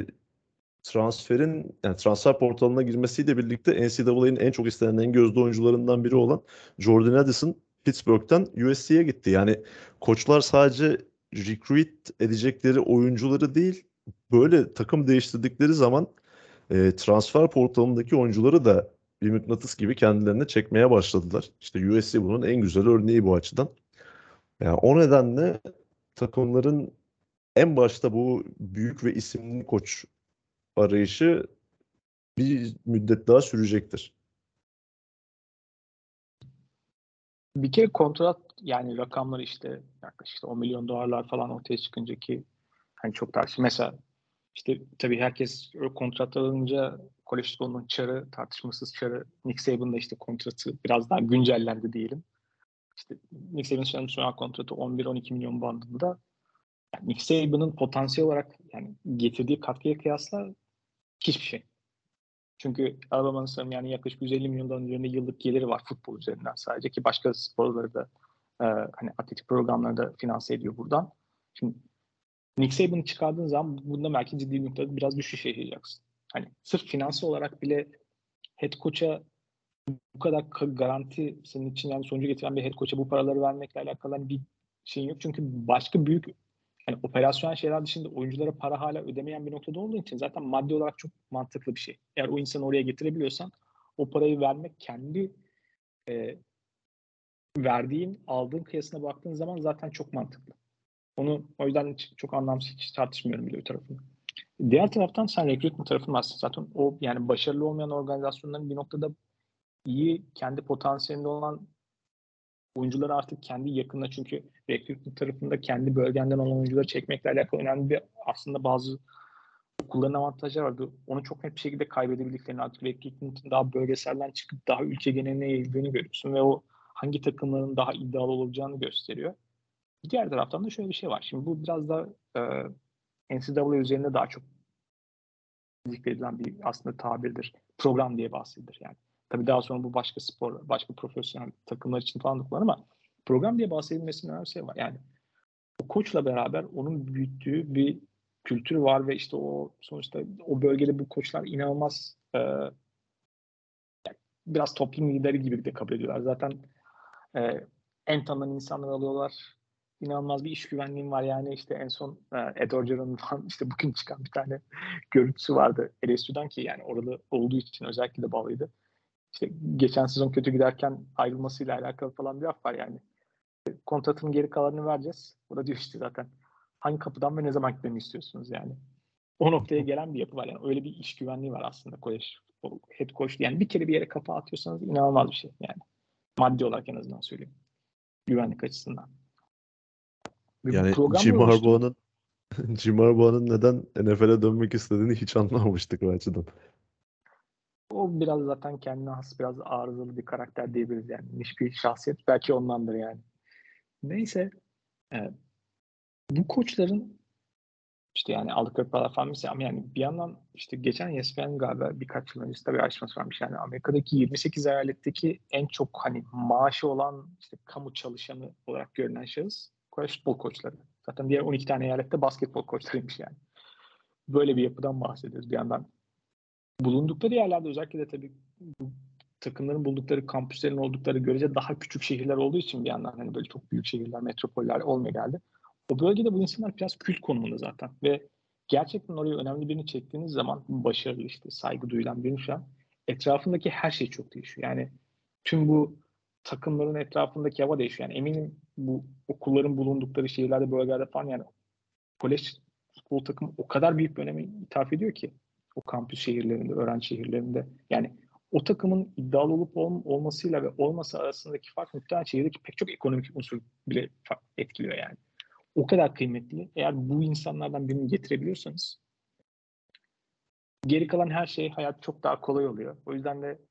transferin yani transfer portalına girmesiyle birlikte NCAA'nin en çok istenen en gözde oyuncularından biri olan Jordan Addison Pittsburgh'ten USC'ye gitti. Yani koçlar sadece recruit edecekleri oyuncuları değil böyle takım değiştirdikleri zaman transfer portalındaki oyuncuları da bir mıknatıs gibi kendilerine çekmeye başladılar. İşte USC bunun en güzel örneği bu açıdan. Yani o nedenle takımların en başta bu büyük ve isimli koç arayışı bir müddet daha sürecektir. Bir kere kontrat yani rakamlar işte yaklaşık işte 10 milyon dolarlar falan ortaya çıkınca ki hani çok tartışılır. Mesela işte tabii herkes o kontrat alınca kolej futbolunun çarı, tartışmasız çarı Nick Saban'da işte kontratı biraz daha güncellendi diyelim. İşte Nick Saban'ın şu an kontratı 11-12 milyon bandında. Yani Nick Saban'ın potansiyel olarak yani getirdiği katkıya kıyasla hiçbir şey. Çünkü Alabama'nın sanırım yani yaklaşık 150 milyon doların üzerinde yıllık geliri var futbol üzerinden sadece ki başka sporları da hani atletik programları da finanse ediyor buradan. Şimdi Nick Saban'ı çıkardığın zaman bunda belki ciddi bir noktada biraz düşüş yaşayacaksın. Hani sırf finansal olarak bile head coach'a bu kadar garanti senin için yani sonucu getiren bir head coach'a bu paraları vermekle alakalı hani bir şeyin yok. Çünkü başka büyük yani operasyonel şeyler dışında oyunculara para hala ödemeyen bir noktada olduğu için zaten maddi olarak çok mantıklı bir şey. Eğer o insanı oraya getirebiliyorsan o parayı vermek kendi e, verdiğin, aldığın kıyasına baktığın zaman zaten çok mantıklı. Onu o yüzden çok anlamsız hiç tartışmıyorum bile bir tarafını. Diğer taraftan sen recruitment tarafını aslında zaten o yani başarılı olmayan organizasyonların bir noktada iyi kendi potansiyelinde olan oyuncuları artık kendi yakınına çünkü recruitment tarafında kendi bölgenden olan oyuncuları çekmekle alakalı önemli bir aslında bazı okulların avantajları vardı. Onu çok net bir şekilde kaybedebildiklerini artık recruitment'ın daha bölgeselden çıkıp daha ülke geneline yayıldığını görüyorsun ve o hangi takımların daha iddialı olacağını gösteriyor. Diğer taraftan da şöyle bir şey var. Şimdi bu biraz da NCAA üzerinde daha çok zikredilen bir aslında tabirdir. Program diye bahsedilir yani. Tabii daha sonra bu başka spor, başka profesyonel takımlar için falan da kullanılır ama program diye bahsedilmesinin önemli bir şey var. Yani o koçla beraber onun büyüttüğü bir kültür var ve işte o sonuçta o bölgede bu koçlar inanılmaz biraz toplum lideri gibi de kabul ediyorlar. Zaten en tanınan insanları alıyorlar. İnanılmaz bir iş güvenliğim var yani işte en son Ed Orgeron'un falan işte bugün çıkan bir tane görüntüsü vardı LSU'dan ki yani orada olduğu için özellikle de bağlıydı. İşte geçen sezon kötü giderken ayrılmasıyla alakalı falan bir laf var yani. Kontratının geri kalanını vereceğiz. O da diyor işte zaten hangi kapıdan ve ne zaman gitmemi istiyorsunuz yani. O noktaya gelen bir yapı var yani. Öyle bir iş güvenliği var aslında kolej head coach. Yani bir kere bir yere kafa atıyorsanız inanılmaz bir şey yani. Maddi olarak en azından söyleyeyim. Güvenlik açısından. Ve bu Yani programlar oluştu. Jim Harbaugh'un neden NFL'e dönmek istediğini hiç anlamamıştık o açıdan. O biraz zaten kendine has biraz arızalı bir karakter diyebiliriz yani. Hiçbir şahsiyet belki ondandır yani. Neyse bu koçların işte yani aldıkları paralar falan mesela ama yani bir yandan işte geçen ESPN galiba birkaç yıl öncesinde bir araştırması varmış. Yani Amerika'daki 28 eyaletteki en çok hani maaşı olan işte kamu çalışanı olarak görünen şahıs college futbol koçları. Zaten diğer 12 tane eyalette basketbol koçlarıymış yani. Böyle bir yapıdan bahsediyoruz bir yandan. Bulundukları yerlerde özellikle de tabii bu takımların buldukları kampüslerin oldukları görece daha küçük şehirler olduğu için bir yandan hani böyle çok büyük şehirler, metropoller olmaya geldi. O bölgede bu insanlar biraz kült konumunda zaten ve gerçekten oraya önemli birini çektiğiniz zaman başarılı işte saygı duyulan birini şu an etrafındaki her şey çok değişiyor. Yani tüm bu takımların etrafındaki hava değişiyor. Yani eminim bu okulların bulundukları şehirlerde, bölgelerde falan yani kolej futbol takımı o kadar büyük bir öneme ithaf ediyor ki o kampüs şehirlerinde, öğrenci şehirlerinde. Yani o takımın iddialı olup olmasıyla ve olmasa arasındaki fark muhtemelen şehirdeki pek çok ekonomik unsur bile etkiliyor yani. O kadar kıymetli. Eğer bu insanlardan birini getirebiliyorsanız geri kalan her şey hayat çok daha kolay oluyor. O yüzden de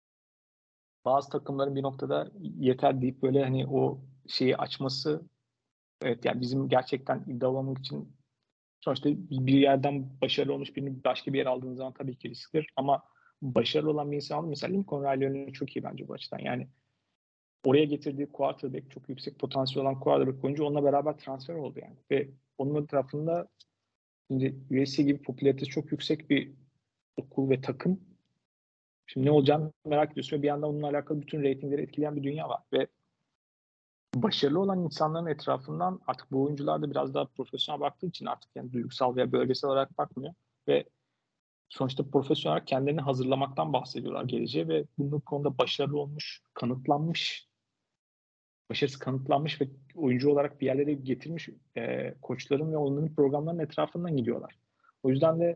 bazı takımların bir noktada yeter deyip böyle hani o şeyi açması evet yani bizim gerçekten iddialı olmak için sonuçta bir yerden başarılı olmuş birini başka bir yere aldığınız zaman tabii ki risktir. Ama başarılı olan bir insan mesela Lincoln Riley örneği çok iyi bence bu açıdan. Yani oraya getirdiği quarterback çok yüksek potansiyel olan quarterback oyuncu onunla beraber transfer oldu yani. Ve onun tarafında şimdi USC gibi popülaritesi çok yüksek bir okul ve takım. Şimdi ne olacağını merak ediyorsun ve bir yandan onunla alakalı bütün reytingleri etkileyen bir dünya var. Ve başarılı olan insanların etrafından artık bu oyuncular da biraz daha profesyonel baktığı için artık yani duygusal veya bölgesel olarak bakmıyor. Ve sonuçta profesyonel kendilerini hazırlamaktan bahsediyorlar geleceğe ve bunun konuda başarılı olmuş, kanıtlanmış, başarısı kanıtlanmış ve oyuncu olarak bir yerlere getirmiş koçların ve onların programlarının etrafından gidiyorlar. O yüzden de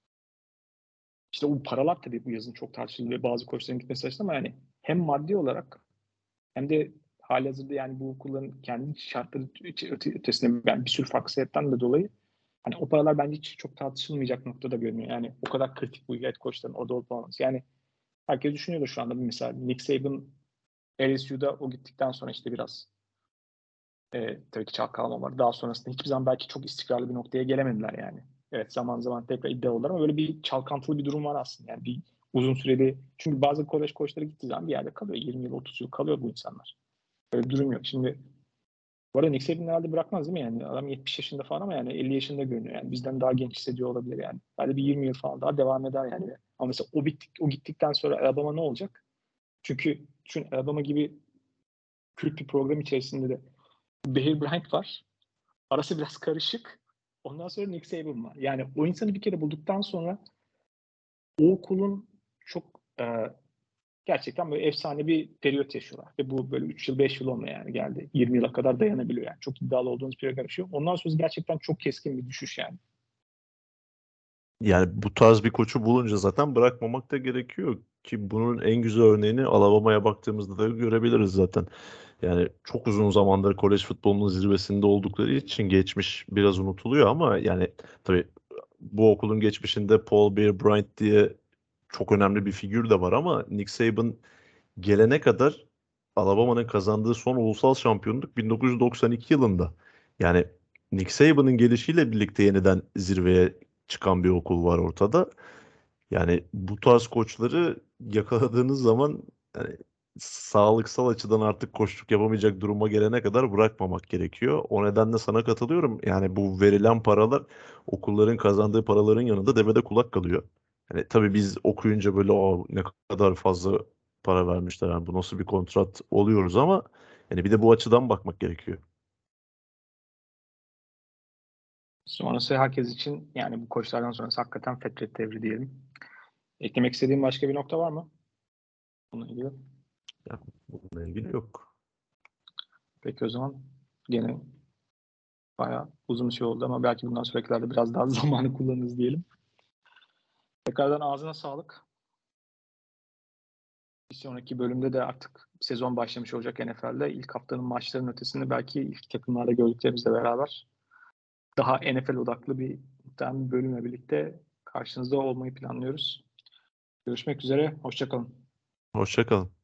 işte o paralar tabii bu yazın çok tartışıldı ve bazı koçların gitmesi açısından ama yani hem maddi olarak hem de halihazırda yani bu okulların kendi şartları ötesinde yani bir sürü farklı sebepten de dolayı hani o paralar bence hiç çok tartışılmayacak noktada görünüyor. Yani o kadar kritik bu head coachların orada olup olması. Yani herkes düşünüyordu şu anda mesela Nick Saban LSU'da o gittikten sonra işte biraz tabii ki çalkalama var. Daha sonrasında hiçbir zaman belki çok istikrarlı bir noktaya gelemediler yani. Evet zaman zaman tekrar iddia oldular ama böyle bir çalkantılı bir durum var aslında. Yani bir uzun süreli çünkü bazı kolej koçları gittiği zaman bir yerde kalıyor. 20 yıl 30 yıl kalıyor bu insanlar. Böyle bir durum yok. Şimdi bu arada Nick Saban herhalde bırakmaz değil mi yani? Adam 70 yaşında falan ama yani 50 yaşında görünüyor yani. Bizden daha genç hissediyor olabilir yani. Herhalde bir 20 yıl falan daha devam eder yani. Ama mesela o gittikten sonra Alabama ne olacak? Çünkü Alabama gibi kült bir program içerisinde de Bear Bryant var. Arası biraz karışık. Ondan sonra Nick Saban var. Yani o insanı bir kere bulduktan sonra o okulun çok gerçekten böyle efsane bir periyot yaşıyorlar. Ve bu böyle 3 yıl 5 yıl olmuyor yani geldi. 20 yıla kadar dayanabiliyor yani. Çok iddialı olduğunuz bir periyot yaşıyor. Ondan sonra gerçekten çok keskin bir düşüş yani. Yani bu tarz bir koçu bulunca zaten bırakmamak da gerekiyor ki bunun en güzel örneğini Alabama'ya baktığımızda da görebiliriz zaten. Yani çok uzun zamandır kolej futbolunun zirvesinde oldukları için geçmiş biraz unutuluyor ama yani tabii bu okulun geçmişinde Paul Bear Bryant diye çok önemli bir figür de var ama Nick Saban gelene kadar Alabama'nın kazandığı son ulusal şampiyonluk 1992 yılında. Yani Nick Saban'ın gelişiyle birlikte yeniden zirveye çıkan bir okul var ortada. Yani bu tarz koçları yakaladığınız zaman yani sağlıksal açıdan artık koçluk yapamayacak duruma gelene kadar bırakmamak gerekiyor. O nedenle sana katılıyorum. Yani bu verilen paralar okulların kazandığı paraların yanında devede kulak kalıyor. Yani tabii biz okuyunca böyle ne kadar fazla para vermişler. Yani bu nasıl bir kontrat oluyoruz ama yani bir de bu açıdan bakmak gerekiyor. Sonrası herkes için yani bu koçlardan sonrası hakikaten fetret devri diyelim. Eklemek istediğin başka bir nokta var mı? Bununla ilgili. Yani bununla ilgili yok. Peki o zaman gene bayağı uzun bir şey oldu ama belki bundan sonrakilerde biraz daha zamanı kullanırız diyelim. Tekrardan ağzına sağlık. Bir sonraki bölümde de artık sezon başlamış olacak NFL'de. İlk haftanın maçlarının ötesinde belki ilk takımlarda gördüklerimizle beraber daha NFL odaklı bir bölümle birlikte karşınızda olmayı planlıyoruz. Görüşmek üzere. Hoşça kalın. Hoşça kalın.